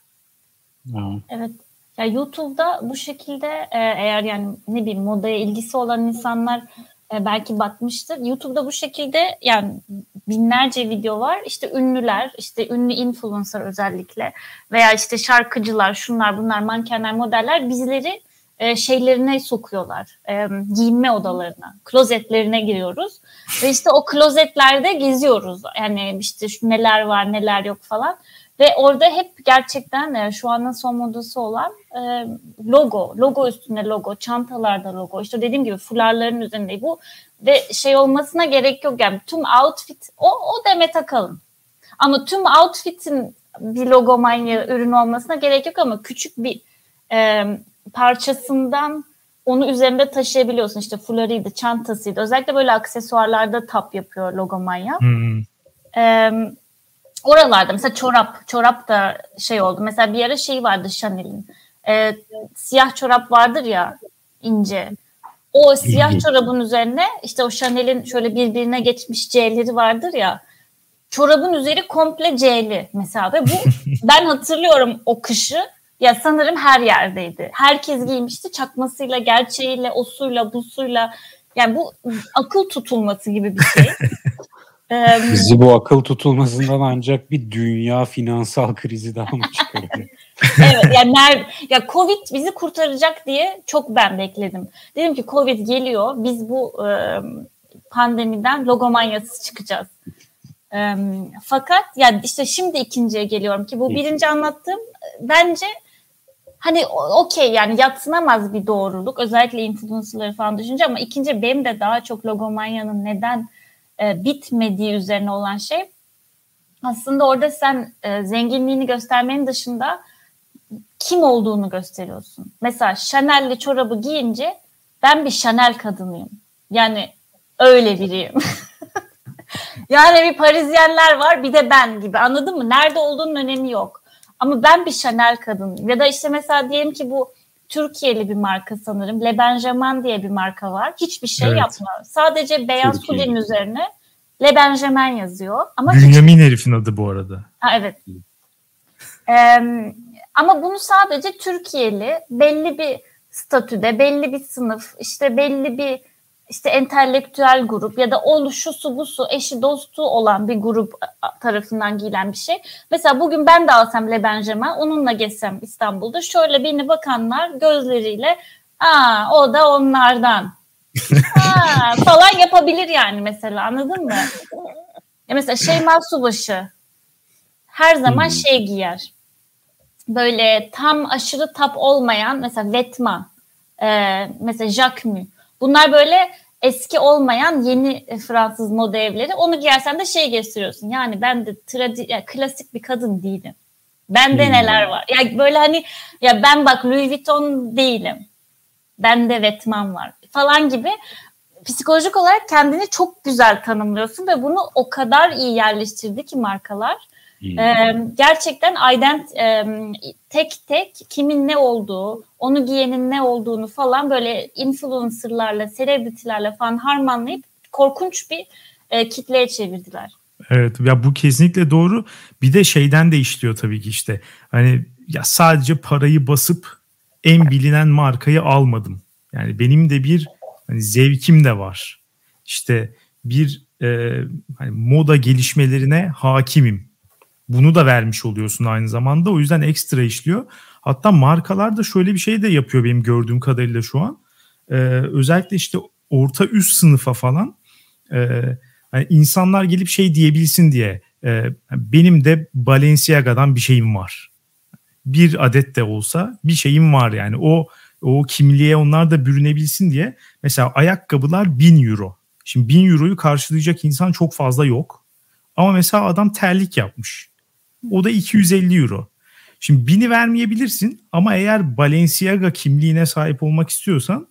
Hmm. Evet. Ya YouTube'da bu şekilde eğer yani ne bileyim modaya ilgisi olan insanlar belki bakmıştır. YouTube'da bu şekilde yani binlerce video var. İşte ünlüler, işte ünlü influencer özellikle veya işte şarkıcılar, şunlar bunlar, mankenler, modeller bizleri e, şeylerine sokuyorlar. E, giyinme odalarına, klozetlerine giriyoruz. Ve işte o klozetlerde geziyoruz. Yani işte şu neler var, neler yok falan. Ve orada hep gerçekten e, şu anın son modası olan e, logo, logo üstüne logo, çantalarda logo. İşte dediğim gibi fularların üzerinde bu ve şey olmasına gerek yok. Yani tüm outfit o, o Demet Akalın. Ama tüm outfit'in bir logomanya ürün olmasına gerek yok ama küçük bir e, parçasından onu üzerinde taşıyabiliyorsun. İşte fularıydı, çantasıydı. Özellikle böyle aksesuarlarda tap yapıyor logomanya. Hmm. Evet. Oralarda mesela çorap, çorap da şey oldu. Mesela bir ara şey vardı Chanel'in. E, siyah çorap vardır ya, ince. O siyah çorabın üzerine işte o Chanel'in şöyle birbirine geçmiş C'leri vardır ya. Çorabın üzeri komple C'li mesela. Ve bu ben hatırlıyorum o kışı. Ya sanırım her yerdeydi. Herkes giymişti çakmasıyla, gerçeğiyle, osuyla, busuyla. Yani bu akıl tutulması gibi bir şey. Bizi bu akıl tutulmasından ancak bir dünya finansal krizi daha mı çıkarıyor? Evet yani ner- ya Covid bizi kurtaracak diye çok ben bekledim. Dedim ki Covid geliyor, biz bu e, pandemiden logomanyasız çıkacağız. E, fakat yani işte şimdi ikinciye geliyorum ki bu birinci anlattığım bence hani okey yani yadsınamaz bir doğruluk. Özellikle influencerları falan düşünce ama ikinci benim de daha çok logomanyanın neden e, bitmediği üzerine olan şey aslında orada sen e, zenginliğini göstermenin dışında kim olduğunu gösteriyorsun. Mesela Chanel'li çorabı giyince ben bir Chanel kadınıyım. Yani öyle biriyim. Yani bir Parisyenler var bir de ben gibi, anladın mı? Nerede olduğunun önemi yok. Ama ben bir Chanel kadınıyım. Ya da işte mesela diyelim ki bu Türkiye'li bir marka sanırım. Le Benjamin diye bir marka var. Hiçbir şey evet. yapmıyor. Sadece beyaz Türkiye. Hulin üzerine Le Benjamin yazıyor. Ama Bünyamin hiç... herifin adı bu arada. Ha, evet. ee, ama bunu sadece Türkiye'li belli bir statüde, belli bir sınıf, işte belli bir işte entelektüel grup ya da o şusu busu eşi dostu olan bir grup tarafından giyilen bir şey. Mesela bugün ben de alsam Le Benjamin, onunla gezsem İstanbul'da şöyle beni bakanlar gözleriyle aa o da onlardan aa, falan yapabilir yani mesela, anladın mı? Ya mesela Şeyma Subaşı her zaman şey giyer. böyle tam aşırı tap olmayan mesela Vetma, e, mesela Jacquemus. Bunlar böyle eski olmayan yeni Fransız moda evleri. Onu giyersen de şey gösteriyorsun. Yani ben de tradi- yani klasik bir kadın değilim. Bende hmm. neler var? Yani böyle hani ya ben bak Louis Vuitton değilim. Bende Vetman var falan gibi. Psikolojik olarak kendini çok güzel tanımlıyorsun ve bunu o kadar iyi yerleştirdi ki markalar. Hmm. Ee, gerçekten ident e, tek tek kimin ne olduğu, onu giyenin ne olduğunu falan böyle influencerlarla, celebrity'lerle falan harmanlayıp korkunç bir e, kitleye çevirdiler. Evet ya bu kesinlikle doğru. Bir de şeyden de işliyor tabii ki işte. Hani ya sadece parayı basıp en bilinen markayı almadım. Yani benim de bir hani zevkim de var. İşte bir e, hani moda gelişmelerine hakimim. Bunu da vermiş oluyorsun aynı zamanda. O yüzden ekstra işliyor. Hatta markalar da şöyle bir şey de yapıyor benim gördüğüm kadarıyla şu an. Ee, özellikle işte orta üst sınıfa falan e, yani insanlar gelip şey diyebilsin diye e, benim de Balenciaga'dan bir şeyim var. Bir adet de olsa bir şeyim var yani. O o kimliğe onlar da bürünebilsin diye. Mesela ayakkabılar bin euro. Şimdi bin euroyu karşılayacak insan çok fazla yok. Ama mesela adam terlik yapmış. O da iki yüz elli euro. Şimdi bini vermeyebilirsin ama eğer Balenciaga kimliğine sahip olmak istiyorsan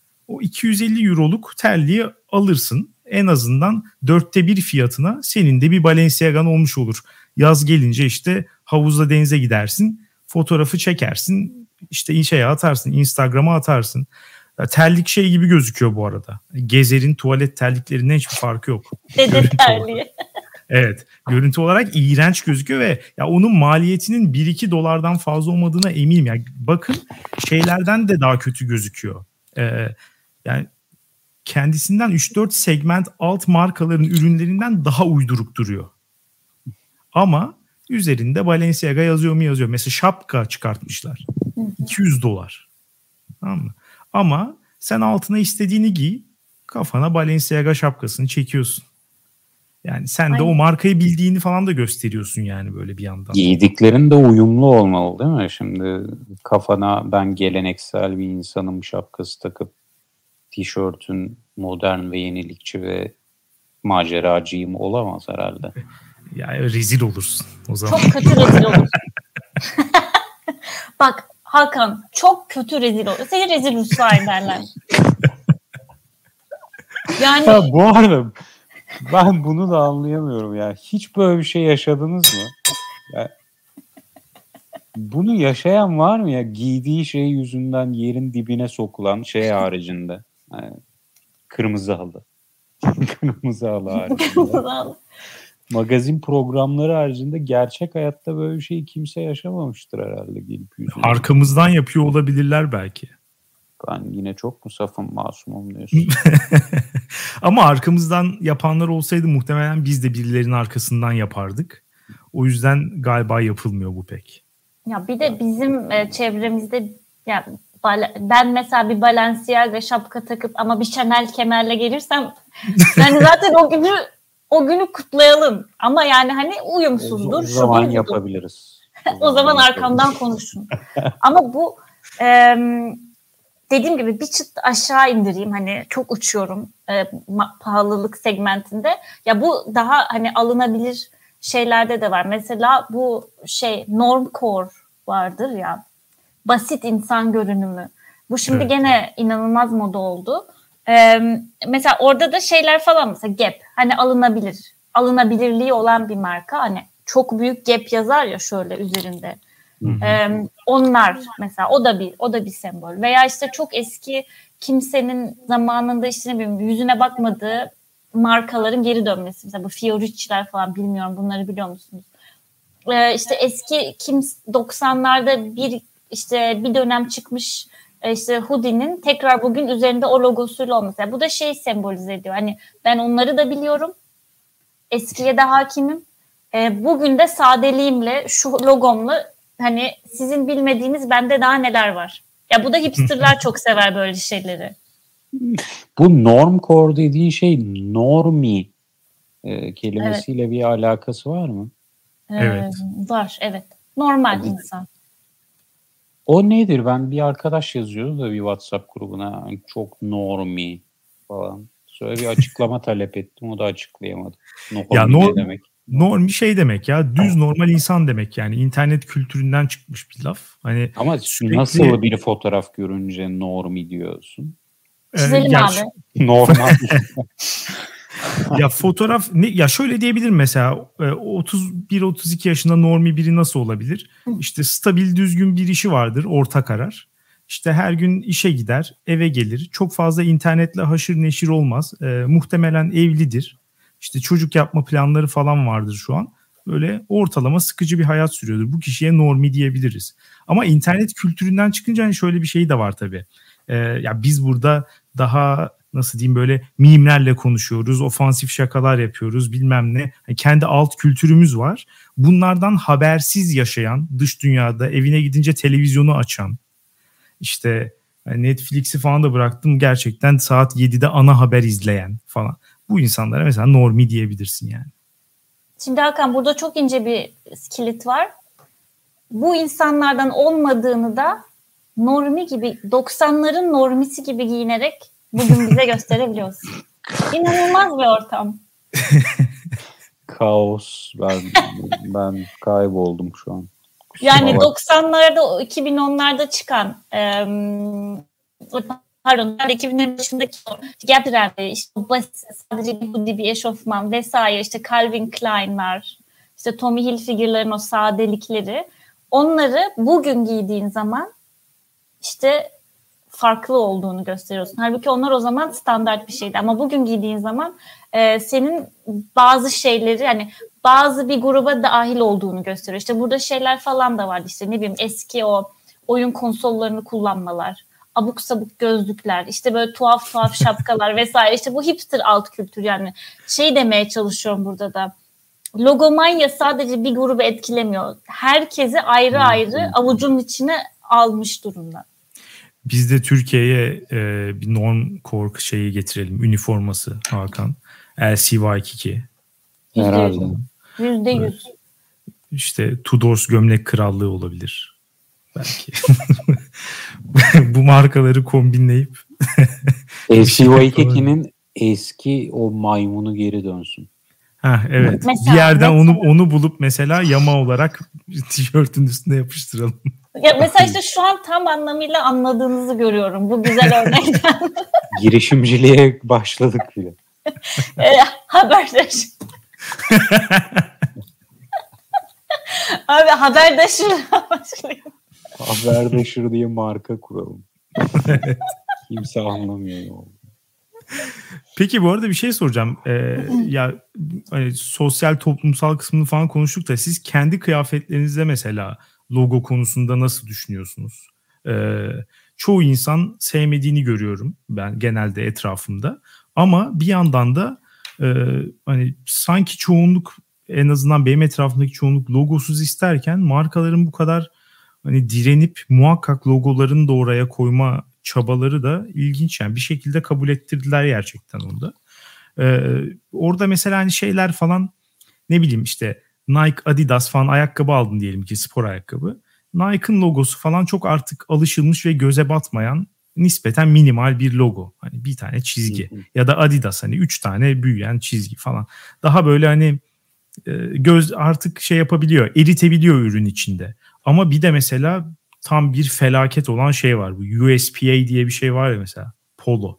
o iki yüz elli euroluk terliği alırsın. En azından dörtte bir fiyatına senin de bir Balenciaga'nın olmuş olur. Yaz gelince işte havuzda denize gidersin, fotoğrafı çekersin, işte şeye atarsın, Instagram'a atarsın. Terlik şey gibi gözüküyor bu arada. Gezer'in tuvalet terliklerinden hiçbir farkı yok. Dede terliği. Evet. Görüntü olarak iğrenç gözüküyor ve ya onun maliyetinin bir iki dolardan fazla olmadığına eminim. Yani bakın şeylerden de daha kötü gözüküyor. Ee, yani kendisinden üç dört segment alt markaların ürünlerinden daha uyduruk duruyor. Ama üzerinde Balenciaga yazıyor mu yazıyor. Mesela şapka çıkartmışlar. iki yüz dolar. Tamam mı? Ama sen altına istediğini giy, kafana Balenciaga şapkasını çekiyorsun. Yani sen de Aynen. o markayı bildiğini falan da gösteriyorsun yani böyle bir yandan. Giydiklerin de uyumlu olmalı değil mi? Şimdi kafana ben geleneksel bir insanım şapkası takıp tişörtün modern ve yenilikçi ve maceracıyım olamaz herhalde. Ya rezil olursun o zaman. Çok kötü rezil olursun. Bak Hakan çok kötü rezil olur. Seni rezil rüsva ederler. Yani ha, bu arada ben bunu da anlayamıyorum ya. Hiç böyle bir şey yaşadınız mı? Ya, bunu yaşayan var mı ya? Giydiği şey yüzünden yerin dibine sokulan şey haricinde. Yani, kırmızı halı. Kırmızı halı haricinde. Magazin programları haricinde gerçek hayatta böyle bir şeyi kimse yaşamamıştır herhalde gelip yüzüne. Arkamızdan yapıyor olabilirler belki. Ben yine çok mu safım, masumum diyorsun? Ama arkamızdan yapanlar olsaydı muhtemelen biz de birilerinin arkasından yapardık. O yüzden galiba yapılmıyor bu pek. Ya bir de bizim e, çevremizde yani ben mesela bir Balenciaga şapka takıp ama bir Chanel kemerle gelirsem yani zaten o günü o günü kutlayalım. Ama yani hani uyumsuzdur. O zaman şudur, yapabiliriz. O, o zaman arkamdan konuşun. Ama bu e, dediğim gibi bir çıt aşağı indireyim. Hani çok uçuyorum e, ma- pahalılık segmentinde. Ya bu daha hani alınabilir şeylerde de var. Mesela bu şey normcore vardır ya. Basit insan görünümü. Bu şimdi evet. Gene inanılmaz moda oldu. Ee, mesela orada da şeyler falan mesela Gap. Hani alınabilir. Alınabilirliği olan bir marka. Hani çok büyük Gap yazar ya şöyle üzerinde. Ee, onlar mesela o da bir o da bir sembol. Veya işte çok eski kimsenin zamanında işte ne bileyim yüzüne bakmadığı markaların geri dönmesi. Mesela bu Fiorucci'ler falan bilmiyorum bunları biliyor musunuz? Ee, işte eski kim doksanlarda bir işte bir dönem çıkmış işte hoodie'nin tekrar bugün üzerinde o logosuyla olması. Yani bu da şey sembolize ediyor. Hani ben onları da biliyorum. Eskiye de hakimim. Ee, bugün de sadeliğimle şu logomla hani sizin bilmediğiniz bende daha neler var. Ya bu da hipsterler çok sever böyle şeyleri. Bu normcore dediğin şey normie e, kelimesiyle evet. bir alakası var mı? Ee, evet. Var evet. Normal Abi, insan. O nedir? Ben bir arkadaş yazıyordu da bir WhatsApp grubuna. Çok normi falan. Sonra bir açıklama talep ettim. O da açıklayamadı. Normi Ya ne norm, demek? norm bir şey demek ya. Düz normal insan demek yani. İnternet kültüründen çıkmış bir laf. Hani Ama sürekli, nasıl bir fotoğraf görünce normi diyorsun? Çizelim e, ya, abi. Normal. ya fotoğraf ne ya şöyle diyebilir mesela otuz bir otuz iki yaşında normi biri nasıl olabilir? İşte stabil düzgün bir işi vardır, orta karar. İşte her gün işe gider, eve gelir. Çok fazla internetle haşır neşir olmaz. E, muhtemelen evlidir. İşte çocuk yapma planları falan vardır şu an. Böyle ortalama sıkıcı bir hayat sürüyordur. Bu kişiye normi diyebiliriz. Ama internet kültüründen çıkınca hani şöyle bir şey de var tabii. E, ya biz burada daha nasıl diyeyim böyle mimlerle konuşuyoruz, ofansif şakalar yapıyoruz bilmem ne. Yani kendi alt kültürümüz var. Bunlardan habersiz yaşayan, dış dünyada evine gidince televizyonu açan, işte Netflix'i falan da bıraktım gerçekten saat yedide ana haber izleyen falan. Bu insanlara mesela normi diyebilirsin yani. Şimdi Hakan burada çok ince bir kilit var. Bu insanlardan olmadığını da normi gibi, doksanların normisi gibi giyinerek bugün bize gösterebiliyorsun. İnanılmaz bir ortam. Kaos. Ben, ben kayboldum şu an. Yani doksanlarda, iki bin onlarda çıkan pardon, iki binlerin başındaki Gap Trend'i, işte basit, sadece bir hoodie, bir eşofman vesaire, işte Calvin Klein'lar, işte Tommy Hilfiger'ların o sadelikleri, onları bugün giydiğin zaman işte farklı olduğunu gösteriyorsun. Halbuki onlar o zaman standart bir şeydi. Ama bugün giydiğin zaman e, senin bazı şeyleri, hani bazı bir gruba dahil olduğunu gösteriyor. İşte burada şeyler falan da vardı, işte ne bileyim eski o oyun konsollarını kullanmalar, abuk sabuk gözlükler, işte böyle tuhaf tuhaf şapkalar vesaire. İşte bu hipster alt kültür yani. Şey demeye çalışıyorum burada da. Logomanya sadece bir grubu etkilemiyor. Herkesi ayrı ayrı avucunun içine almış durumda. Biz de Türkiye'ye e, bir Normcore şeyi getirelim. Üniforması Hakan. L C Y iki iki. Herhalde. Yüzde yüz. İşte Tudors gömlek krallığı olabilir. Belki. Bu markaları kombinleyip L C Y iki ikinin eski o maymunu geri dönsün. Ha evet. Mesela, bir yerden mesela. onu onu bulup mesela yama olarak tişörtün üstüne yapıştıralım. Ya mesela işte şu an tam anlamıyla anladığınızı görüyorum bu güzel örnekten. Girişimciliğe başladık bile. e, haberdaş. Abi haberdaşırla başlayalım. Haberdaşır diye marka kuralım. Kimse anlamıyor. Peki bu arada bir şey soracağım. Ee, ya hani sosyal toplumsal kısmını falan konuştuk da siz kendi kıyafetlerinizde mesela logo konusunda nasıl düşünüyorsunuz? Ee, çoğu insan sevmediğini görüyorum ben genelde etrafımda. Ama bir yandan da e, hani sanki çoğunluk, en azından benim etrafımdaki çoğunluk logosuz isterken markaların bu kadar hani direnip muhakkak logolarını da oraya koyma çabaları da ilginç. Yani bir şekilde kabul ettirdiler gerçekten onu da. Ee, orada mesela hani şeyler falan, ne bileyim işte Nike, Adidas falan ayakkabı aldın diyelim ki, spor ayakkabı. Nike'ın logosu falan çok artık alışılmış ve göze batmayan nispeten minimal bir logo. Hani bir tane çizgi. Hı hı. Ya da Adidas hani üç tane büyüyen çizgi falan. Daha böyle hani göz artık şey yapabiliyor, eritebiliyor ürün içinde. Ama bir de mesela tam bir felaket olan şey var. Bu U S P A diye bir şey var ya mesela. Polo.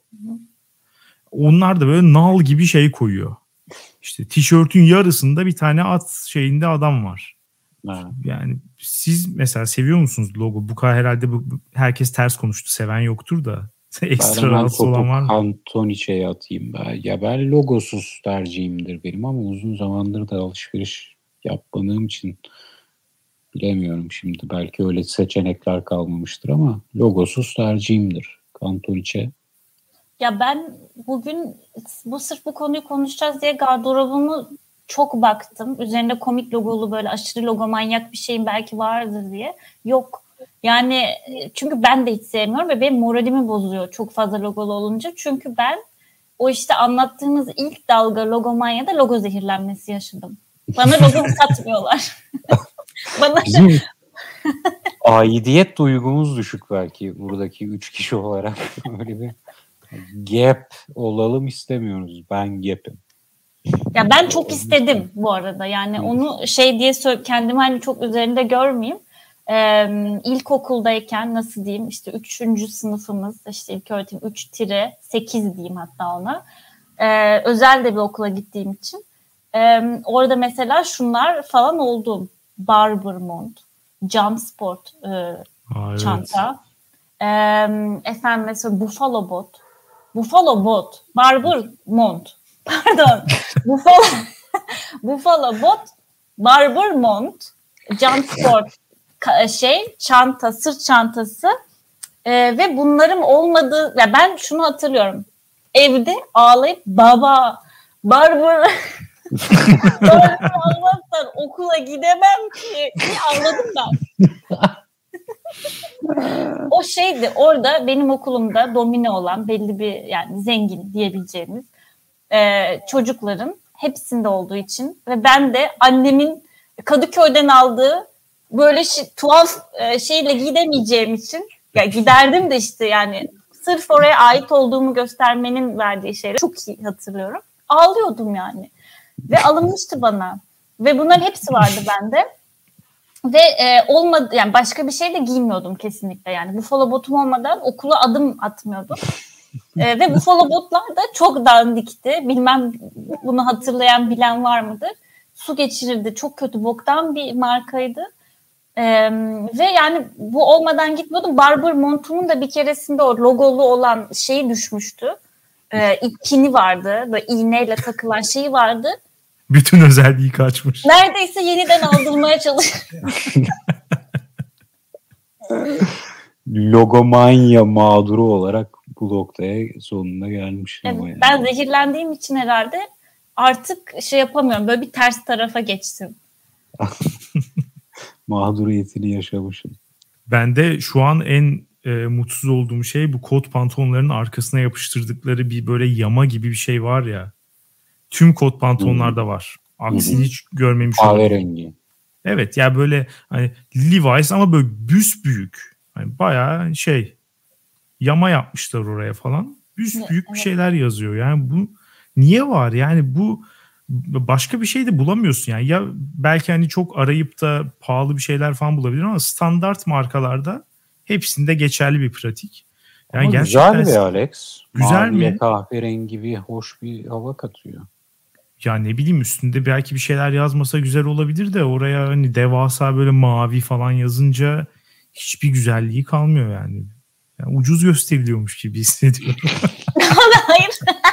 Onlar da böyle nal gibi şey koyuyor. İşte tişörtün yarısında bir tane at şeyinde adam var. Ha. Yani siz mesela seviyor musunuz logo? Bu kadar herhalde bu, herkes ters konuştu. Seven yoktur da. Ekstra rahatsız olan var mı? Kantoniçe'ye atayım ben. Ya ben logosuz tercihimdir benim ama uzun zamandır da alışveriş yapmadığım için bilemiyorum şimdi. Belki öyle seçenekler kalmamıştır ama logosuz tercihimdir. Kantoniçe. Ya ben bugün bu sırf bu konuyu konuşacağız diye gardırobumu çok baktım. Üzerinde komik logolu böyle aşırı logomanyak bir şeyin belki vardır diye. Yok. Yani çünkü ben de hiç sevmiyorum ve benim moralimi bozuyor çok fazla logolu olunca. Çünkü ben o işte anlattığınız ilk dalga logomanyada logo zehirlenmesi yaşadım. Bana logo satmıyorlar. Bana bizim, Aidiyet duygumuz düşük belki buradaki üç kişi olarak. Öyle bir gap olalım istemiyoruz. Ben gap'im. Ya ben çok istedim bu arada. Yani onu şey diye sö- kendimi hani çok üzerinde görmeyeyim. Ee, ilkokuldayken nasıl diyeyim işte üçüncü sınıfımız işte ilköğretim üç sekiz diyeyim hatta ona. Ee, özel de bir okula gittiğim için. Ee, orada mesela şunlar falan oldu. Barbermont, Jumpsport e, Aa, çanta. Ee, efendim mesela Buffalo Bot. Buffalo Bot. Barbermont. Pardon. Buffalo, Buffalo Bot, Barbermont, Jumpsport şey çanta, sırt çantası e, ve bunların olmadığı ya ben şunu hatırlıyorum. Evde ağlayıp baba barber barber almazsan okula gidemem ki diye ağladım ben. O şeydi orada benim okulumda domine olan belli bir yani zengin diyebileceğimiz e, çocukların hepsinde olduğu için ve ben de annemin Kadıköy'den aldığı böyle şey, tuhaf e, şeyle gidemeyeceğim için ya giderdim de işte yani sırf oraya ait olduğumu göstermenin verdiği şeyleri çok iyi hatırlıyorum. Ağlıyordum yani ve alınmıştı bana ve bunların hepsi vardı bende ve e, olmadı yani başka bir şey de giymiyordum kesinlikle yani Buffalo botum olmadan okula adım atmıyordum. e, ve Buffalo botlar da çok dandikti. Bilmem bunu hatırlayan bilen var mıdır? Su geçirirdi. Çok kötü boktan bir markaydı. Ee, ve yani bu olmadan gitmiyordum. Barber montumun da bir keresinde o logolu olan şeyi düşmüştü. Ee, pini vardı. Böyle iğneyle takılan şeyi vardı. Bütün özelliği kaçmış. Neredeyse yeniden aldırmaya çalışıyorum. Logomanya mağduru olarak bu noktaya sonunda gelmişim. Evet, yani. Ben zehirlendiğim için herhalde artık şey yapamıyorum. Böyle bir ters tarafa geçtim. Mağduriyetini yaşamışım. Ben de şu an en e, mutsuz olduğum şey bu kot pantolonların arkasına yapıştırdıkları bir böyle yama gibi bir şey var ya. Tüm kot pantolonlarda var. Aksini hiç görmemiş oldum. Kahverengi. Evet ya böyle hani Levi's ama böyle büsbüyük. Hani bayağı şey yama yapmışlar oraya falan. Büsbüyük Evet. bir şeyler yazıyor. Yani bu niye var? Yani bu başka bir şey de bulamıyorsun yani. Ya belki hani çok arayıp da pahalı bir şeyler falan bulabilir ama standart markalarda hepsinde geçerli bir pratik. Yani ama gerçekten güzel be Alex. Güzel Maviye mi? kahverengi bir hoş bir hava katıyor. Ya ne bileyim üstünde belki bir şeyler yazmasa güzel olabilir de oraya hani devasa böyle mavi falan yazınca hiçbir güzelliği kalmıyor yani. Yani ucuz gösteriliyormuş gibi hissediyorum. Hayır.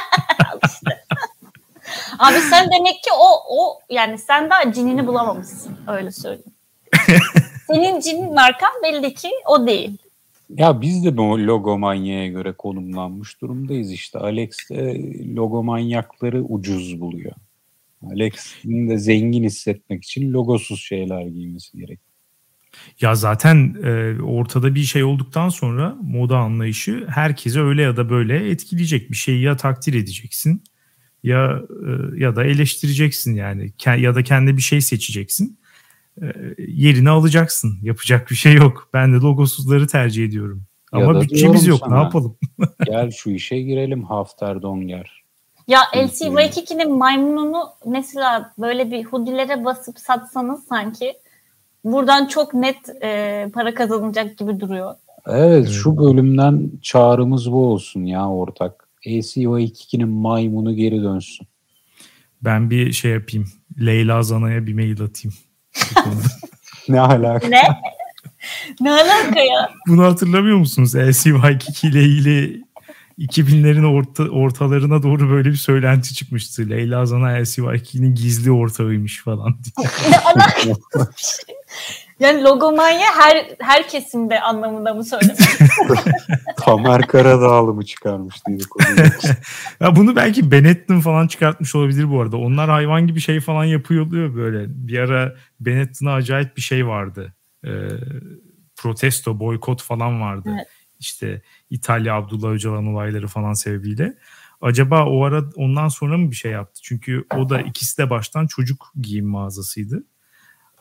Abi sen demek ki o o yani sen daha cinini bulamamışsın öyle söyleyeyim. Senin cin markan belli ki o değil. Ya biz de bu logomanyaya göre konumlanmış durumdayız işte. Alex de logomanyakları ucuz buluyor. Alex'in de zengin hissetmek için logosuz şeyler giymesi gerek. Ya zaten e, ortada bir şey olduktan sonra moda anlayışı herkese öyle ya da böyle etkileyecek bir şeyi ya takdir edeceksin ya e, ya da eleştireceksin yani ya da kendi bir şey seçeceksin. E, yerini alacaksın. Yapacak bir şey yok. Ben de logosuzları tercih ediyorum. Ya ama bütçemiz yok. sana, ne yapalım? Gel şu işe girelim Hafter Donger. Ya L C Waikiki'nin maymununu mesela böyle bir hoodie'lere basıp satsanız sanki buradan çok net e, para kazanılacak gibi duruyor. Evet, evet şu bölümden çağrımız bu olsun ya ortak. L C Waikiki'nin maymunu geri dönsün. Ben bir şey yapayım. Leyla Zana'ya bir mail atayım. Ne alaka? Ne? Ne alaka ya? Bunu hatırlamıyor musunuz? L C Waikiki ile ilgili iki binlerin orta, ortalarına doğru böyle bir söylenti çıkmıştı. Leyla Zana L C Waikiki'nin gizli ortağıymış falan diye. Ne alaka? Yani logomanya her her kesimde anlamında mı söylemek? Tamer Karadağlı mı çıkarmıştıydı konuyu? Ya bunu belki Benetton falan çıkartmış olabilir bu arada. Onlar hayvan gibi şey falan yapıyor böyle. Bir ara Benetton'a acayip bir şey vardı. Ee, protesto, boykot falan vardı. Evet. İşte İtalya Abdullah Öcalan olayları falan sebebiyle. Acaba o ara ondan sonra mı bir şey yaptı? Çünkü o da ikisi de baştan çocuk giyim mağazasıydı.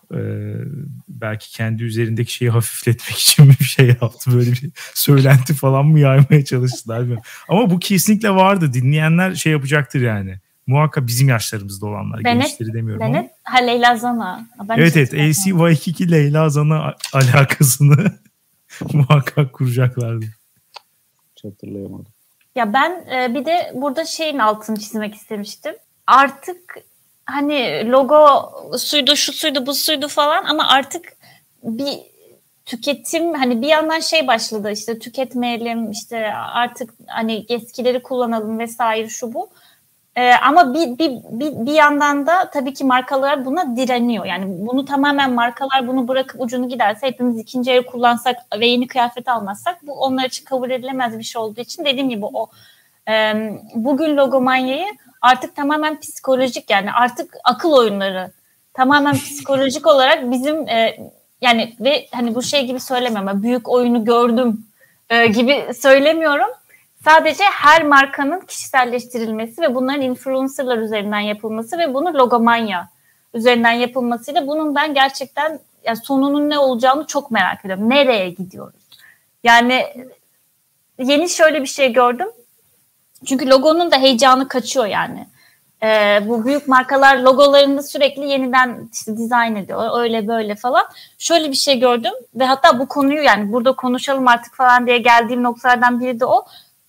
Ee, belki kendi üzerindeki şeyi hafifletmek için bir şey yaptı. Böyle bir söylenti falan mı yaymaya çalıştılar bilmiyorum. Ama bu kesinlikle vardı. Dinleyenler şey yapacaktır yani. Muhakkak bizim yaşlarımızda olanlar. Benet, gençleri demiyorum Benet, ama. ha Leyla Zana. Ben evet evet. A C Waikiki Leyla Zana alakasını muhakkak kuracaklardı. Hiç hatırlayamadım. Ya ben e, bir de burada şeyin altını çizmek istemiştim. Artık hani logo suydu, şu suydu, bu suydu falan ama artık bir tüketim hani bir yandan şey başladı işte tüketmeyelim işte artık hani eskileri kullanalım vesaire şu bu. Ee, ama bir, bir, bir, bir yandan da tabii ki markalar buna direniyor. Yani bunu tamamen markalar bunu bırakıp ucunu giderse hepimiz ikinci el kullansak ve yeni kıyafet almazsak bu onlar için kabul edilemez bir şey olduğu için dediğim gibi o e, bugün logomanyayı artık tamamen psikolojik yani artık akıl oyunları tamamen psikolojik olarak bizim e, yani ve hani bu şey gibi söylemiyorum büyük oyunu gördüm e, gibi söylemiyorum. Sadece her markanın kişiselleştirilmesi ve bunların influencerlar üzerinden yapılması ve bunu logomanya üzerinden yapılmasıyla bunun ben gerçekten yani sonunun ne olacağını çok merak ediyorum. Nereye gidiyoruz? Yani yeni şöyle bir şey gördüm. Çünkü logonun da heyecanı kaçıyor yani. Ee, bu büyük markalar logolarını sürekli yeniden işte dizayn ediyor. Öyle böyle falan. Şöyle bir şey gördüm ve hatta bu konuyu yani burada konuşalım artık falan diye geldiğim noktalardan biri de o.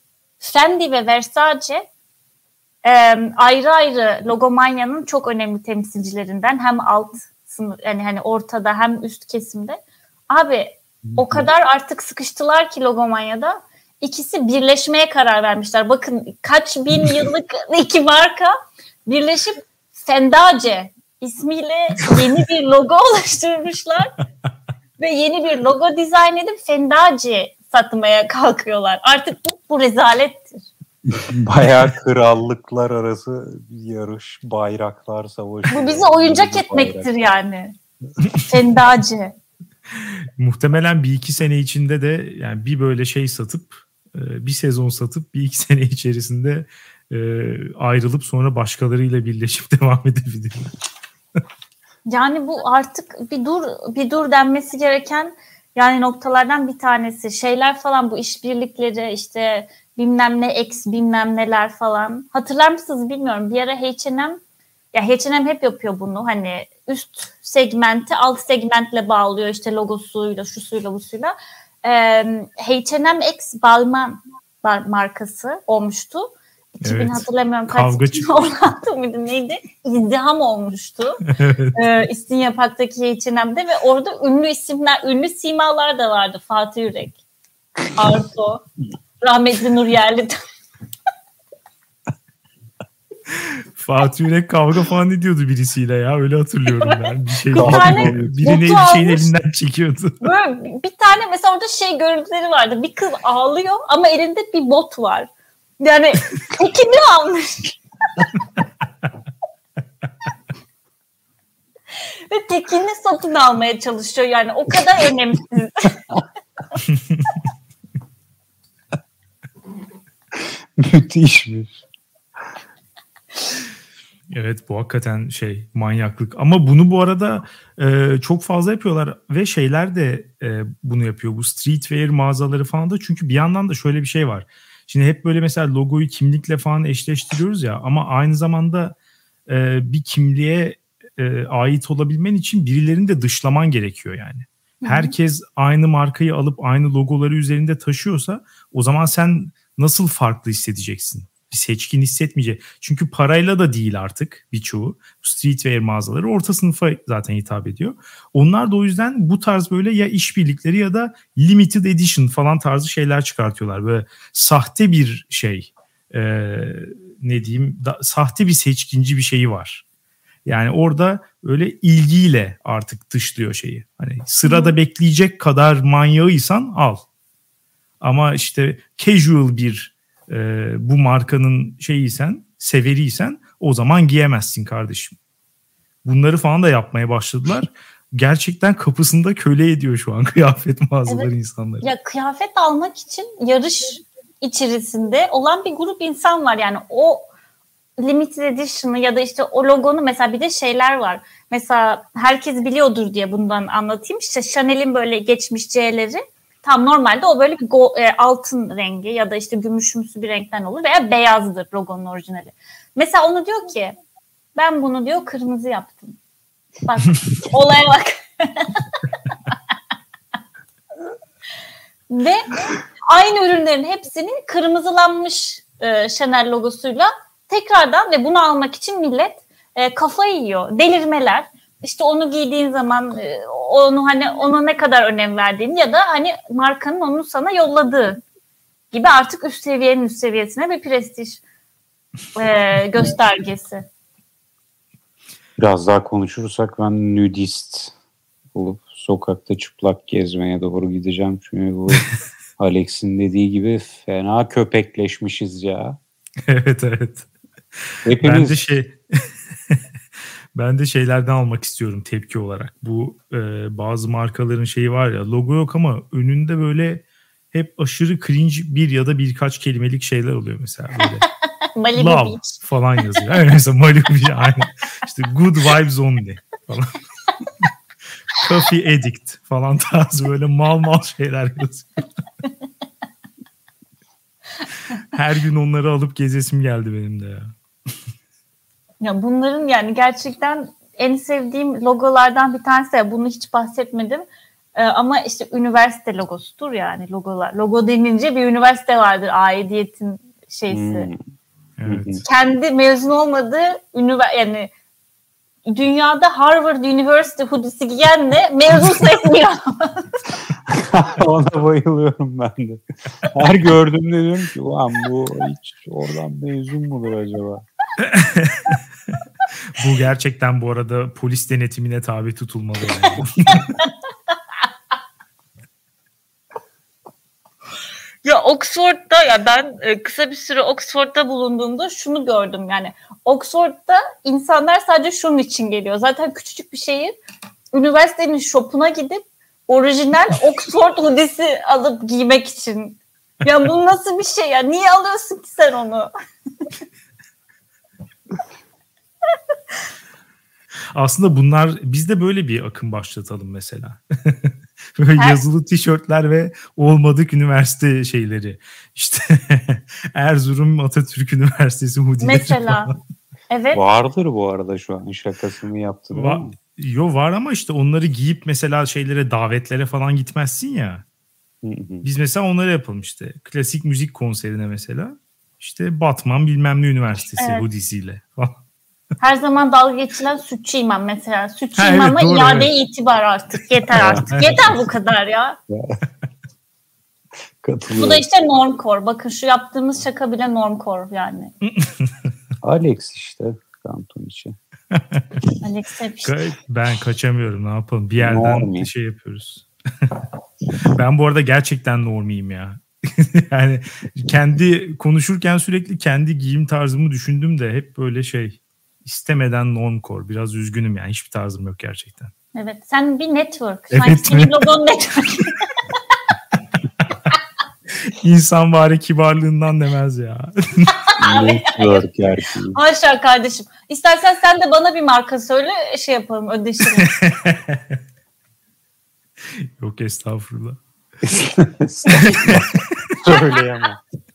Fendi ve Versace e, ayrı ayrı logomanyanın çok önemli temsilcilerinden hem alt sınıf yani hani ortada hem üst kesimde. Abi o kadar artık sıkıştılar ki logomanyada ikisi birleşmeye karar vermişler. Bakın kaç bin yıllık iki marka birleşip Fendace ismiyle yeni bir logo oluşturmuşlar ve yeni bir logo dizayn edip Fendace satmaya kalkıyorlar. Artık bu, bu rezalettir. Bayağı krallıklar arası yarış, bayraklar savaşı. Bu bizi oyuncak etmektir yani. Fendace. Muhtemelen bir iki sene içinde de yani bir böyle şey satıp bir sezon satıp bir iki sene içerisinde ayrılıp sonra başkalarıyla birleşip devam edebilirler. Yani bu artık bir dur bir dur denmesi gereken yani noktalardan bir tanesi. Şeyler falan bu işbirlikleri işte bilmem ne X bilmem neler falan. Hatırlar mısınız bilmiyorum. Bir ara H and M ya H and M hep yapıyor bunu. Hani üst segmenti alt segmentle bağlıyor işte logosuyla, şusuyla, busuyla. Ee, H and M X Balmain markası olmuştu. iki bin evet. Hatırlamıyorum kaç iki bin on altı mıydı neydi? İzdiham olmuştu. Evet. Ee, İstinye Park'taki H and M'de ve orada ünlü isimler, ünlü simalar da vardı. Fatih Yürek, Arto, rahmetli Nur Yerli. Fatih Yürek kavga falan ediyordu birisiyle ya. Öyle hatırlıyorum ben. Bir şey bir tane birine bir şeyin elinden çekiyordu. Böyle bir tane mesela orada şey görüntüleri vardı. Bir kız ağlıyor ama elinde bir bot var. Yani tekini almış. Ve tekini satın almaya çalışıyor. Yani o kadar önemsiz. Müthişmiş. Evet bu hakikaten şey manyaklık ama bunu bu arada e, çok fazla yapıyorlar ve şeyler de e, bunu yapıyor bu streetwear mağazaları falan da çünkü bir yandan da şöyle bir şey var. Şimdi hep böyle mesela logoyu kimlikle falan eşleştiriyoruz ya ama aynı zamanda e, bir kimliğe e, ait olabilmen için birilerini de dışlaman gerekiyor yani. Hı-hı. Herkes aynı markayı alıp aynı logoları üzerinde taşıyorsa o zaman sen nasıl farklı hissedeceksin? Bir seçkin hissetmeyecek. Çünkü parayla da değil artık birçoğu. Streetwear mağazaları orta sınıfa zaten hitap ediyor. Onlar da o yüzden bu tarz böyle ya işbirlikleri ya da limited edition falan tarzı şeyler çıkartıyorlar. Böyle sahte bir şey e, ne diyeyim da, sahte bir seçkinci bir şeyi var. Yani orada öyle ilgiyle artık dışlıyor şeyi. Hani sırada bekleyecek kadar manyağıysan al. Ama işte casual bir Ee, bu markanın şeyiysen, severiysen o zaman giyemezsin kardeşim. Bunları falan da yapmaya başladılar. Gerçekten kapısında köle ediyor şu an kıyafet mağazaları evet. insanları. Ya kıyafet almak için yarış içerisinde olan bir grup insan var. Yani o limited edition'ı ya da işte o logonu mesela bir de şeyler var. Mesela herkes biliyordur diye bundan anlatayım. İşte Chanel'in böyle geçmiş C'leri tam normalde o böyle go, e, altın rengi ya da işte gümüşümsü bir renkten olur veya beyazdır logonun orijinali. Mesela onu diyor ki ben bunu diyor kırmızı yaptım. Bak olaya bak. Ve aynı ürünlerin hepsini kırmızılanmış e, Chanel logosuyla tekrardan ve bunu almak için millet e, kafayı yiyor. Delirmeler. İşte onu giydiğin zaman e, onu hani ona ne kadar önem verdiğini ya da hani markanın onu sana yolladığı gibi artık üst seviyenin üst seviyesine bir prestij e, göstergesi. Biraz daha konuşursak ben nudist olup sokakta çıplak gezmeye doğru gideceğim. Çünkü bu Alex'in dediği gibi fena köpekleşmişiz ya. Evet evet. Hepimiz... Ben de şey ben de şeylerden almak istiyorum tepki olarak. Bu e, bazı markaların şeyi var ya, logo yok ama önünde böyle hep aşırı cringe bir ya da birkaç kelimelik şeyler oluyor mesela böyle. Malibu Love Beach falan yazıyor. Yani mesela Malibu Beach aynen. İşte good vibes only falan. Coffee addict falan tarzı böyle mal mal şeyler yazıyor. Her gün onları alıp gezesim geldi benim de ya. Ya bunların yani gerçekten en sevdiğim logolardan bir tanesi de bunu hiç bahsetmedim. Ee, ama işte üniversite logosudur yani logolar. Logo denince bir üniversite vardır, aidiyetin şeysi. Hmm. Evet. Kendi mezun olmadığı üniversite yani dünyada Harvard University hoodie'si giyenle mezun sayılmıyor. Ona bayılıyorum ben de. Her gördüğümde diyorum ki ulan bu hiç oradan mezun mudur acaba? Bu gerçekten bu arada polis denetimine tabi tutulmalı yani. Ya Oxford'da ya ben kısa bir süre Oxford'da bulunduğumda şunu gördüm yani Oxford'da insanlar sadece şunun için geliyor. Zaten küçücük bir şehir. Üniversitenin shop'una gidip orijinal Oxford hoodiesi alıp giymek için. Ya bu nasıl bir şey ya? Niye alıyorsun ki sen onu? Aslında bunlar biz de böyle bir akım başlatalım mesela. Böyle Her... yazılı tişörtler ve olmadık üniversite şeyleri. İşte Erzurum Atatürk Üniversitesi hoodileri mesela. Falan. Evet. Vardır bu arada şu an şakasını yaptın. Va- Yo var ama işte onları giyip mesela şeylere davetlere falan gitmezsin ya. Biz mesela onları yapalım işte. Klasik müzik konserine mesela. İşte Batman bilmem ne üniversitesi evet. hoodiesiyle falan. Her zaman dalga geçilen sütçü imam mesela. Sütçü ha, imama evet, iade-i evet. itibar artık. Yeter artık. Yeter bu kadar ya. Bu da işte normcore. Bakın şu yaptığımız şaka bile normcore yani. Alex işte. Cantonici. Alex hep işte. Ben kaçamıyorum, ne yapalım. Bir yerden Normi. Bir şey yapıyoruz. Ben bu arada gerçekten normiyim ya. Yani kendi konuşurken sürekli kendi giyim tarzımı düşündüm de hep böyle şey istemeden normcore. Biraz üzgünüm yani. Hiçbir tarzım yok gerçekten. Evet. Sen bir network. Evet, sanki senin logon network. İnsan bari kibarlığından demez ya. Network erkeği. Haşa kardeşim. İstersen sen de bana bir marka söyle, şey yapalım, ödeşelim. Yok estağfurullah. Söyleyemem.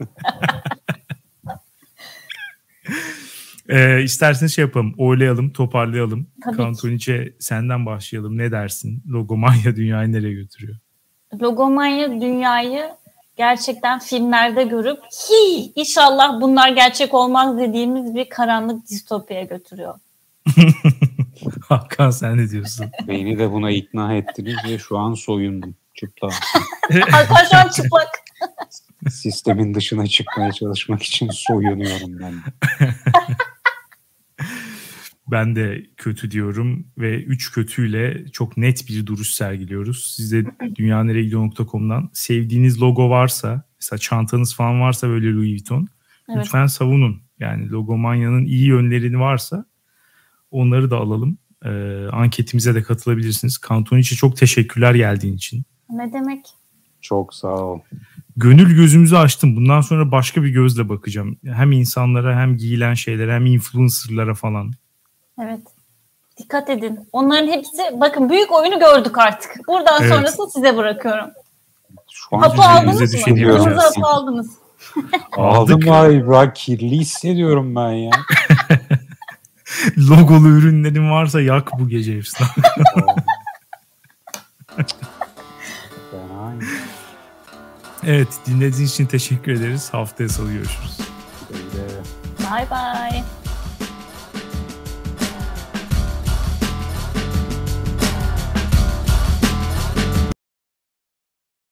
Ee, isterseniz şey yapalım, oylayalım, toparlayalım. Cantonice senden başlayalım. Ne dersin? Logomanya dünyayı nereye götürüyor? Logomanya dünyayı gerçekten filmlerde görüp hi inşallah bunlar gerçek olmaz dediğimiz bir karanlık distopyaya götürüyor. Hakan sen ne diyorsun? Beni de buna ikna ettiniz ve şu an soyundum. Çıplak. Hakan şu an çıplak. Sistemin dışına çıkmaya çalışmak için soyunuyorum ben. Ben de kötü diyorum ve üç kötüyle çok net bir duruş sergiliyoruz. Siz de dünyaneregidiyor nokta com'dan sevdiğiniz logo varsa, mesela çantanız falan varsa böyle Louis Vuitton, evet. Lütfen savunun. Yani Logomanyanın iyi yönlerini varsa onları da alalım. Ee, anketimize de katılabilirsiniz. Cantonice çok teşekkürler geldiğin için. Ne demek? Çok sağ ol. gönül gözümüzü açtım. Bundan sonra başka bir gözle bakacağım. Hem insanlara hem giyilen şeylere hem influencerlara falan. Evet. Dikkat edin. Onların hepsi bakın büyük oyunu gördük artık. Buradan evet. sonrasını size bırakıyorum. Şu an hapı aldınız mı? Kırmızı hapı aldınız. Aldım ay bırak kirli hissediyorum ben ya. Logolu ürünlerin varsa yak bu gece hepsini. Evet, dinlediğiniz için teşekkür ederiz. Haftaya salı görüşürüz. Bye bye.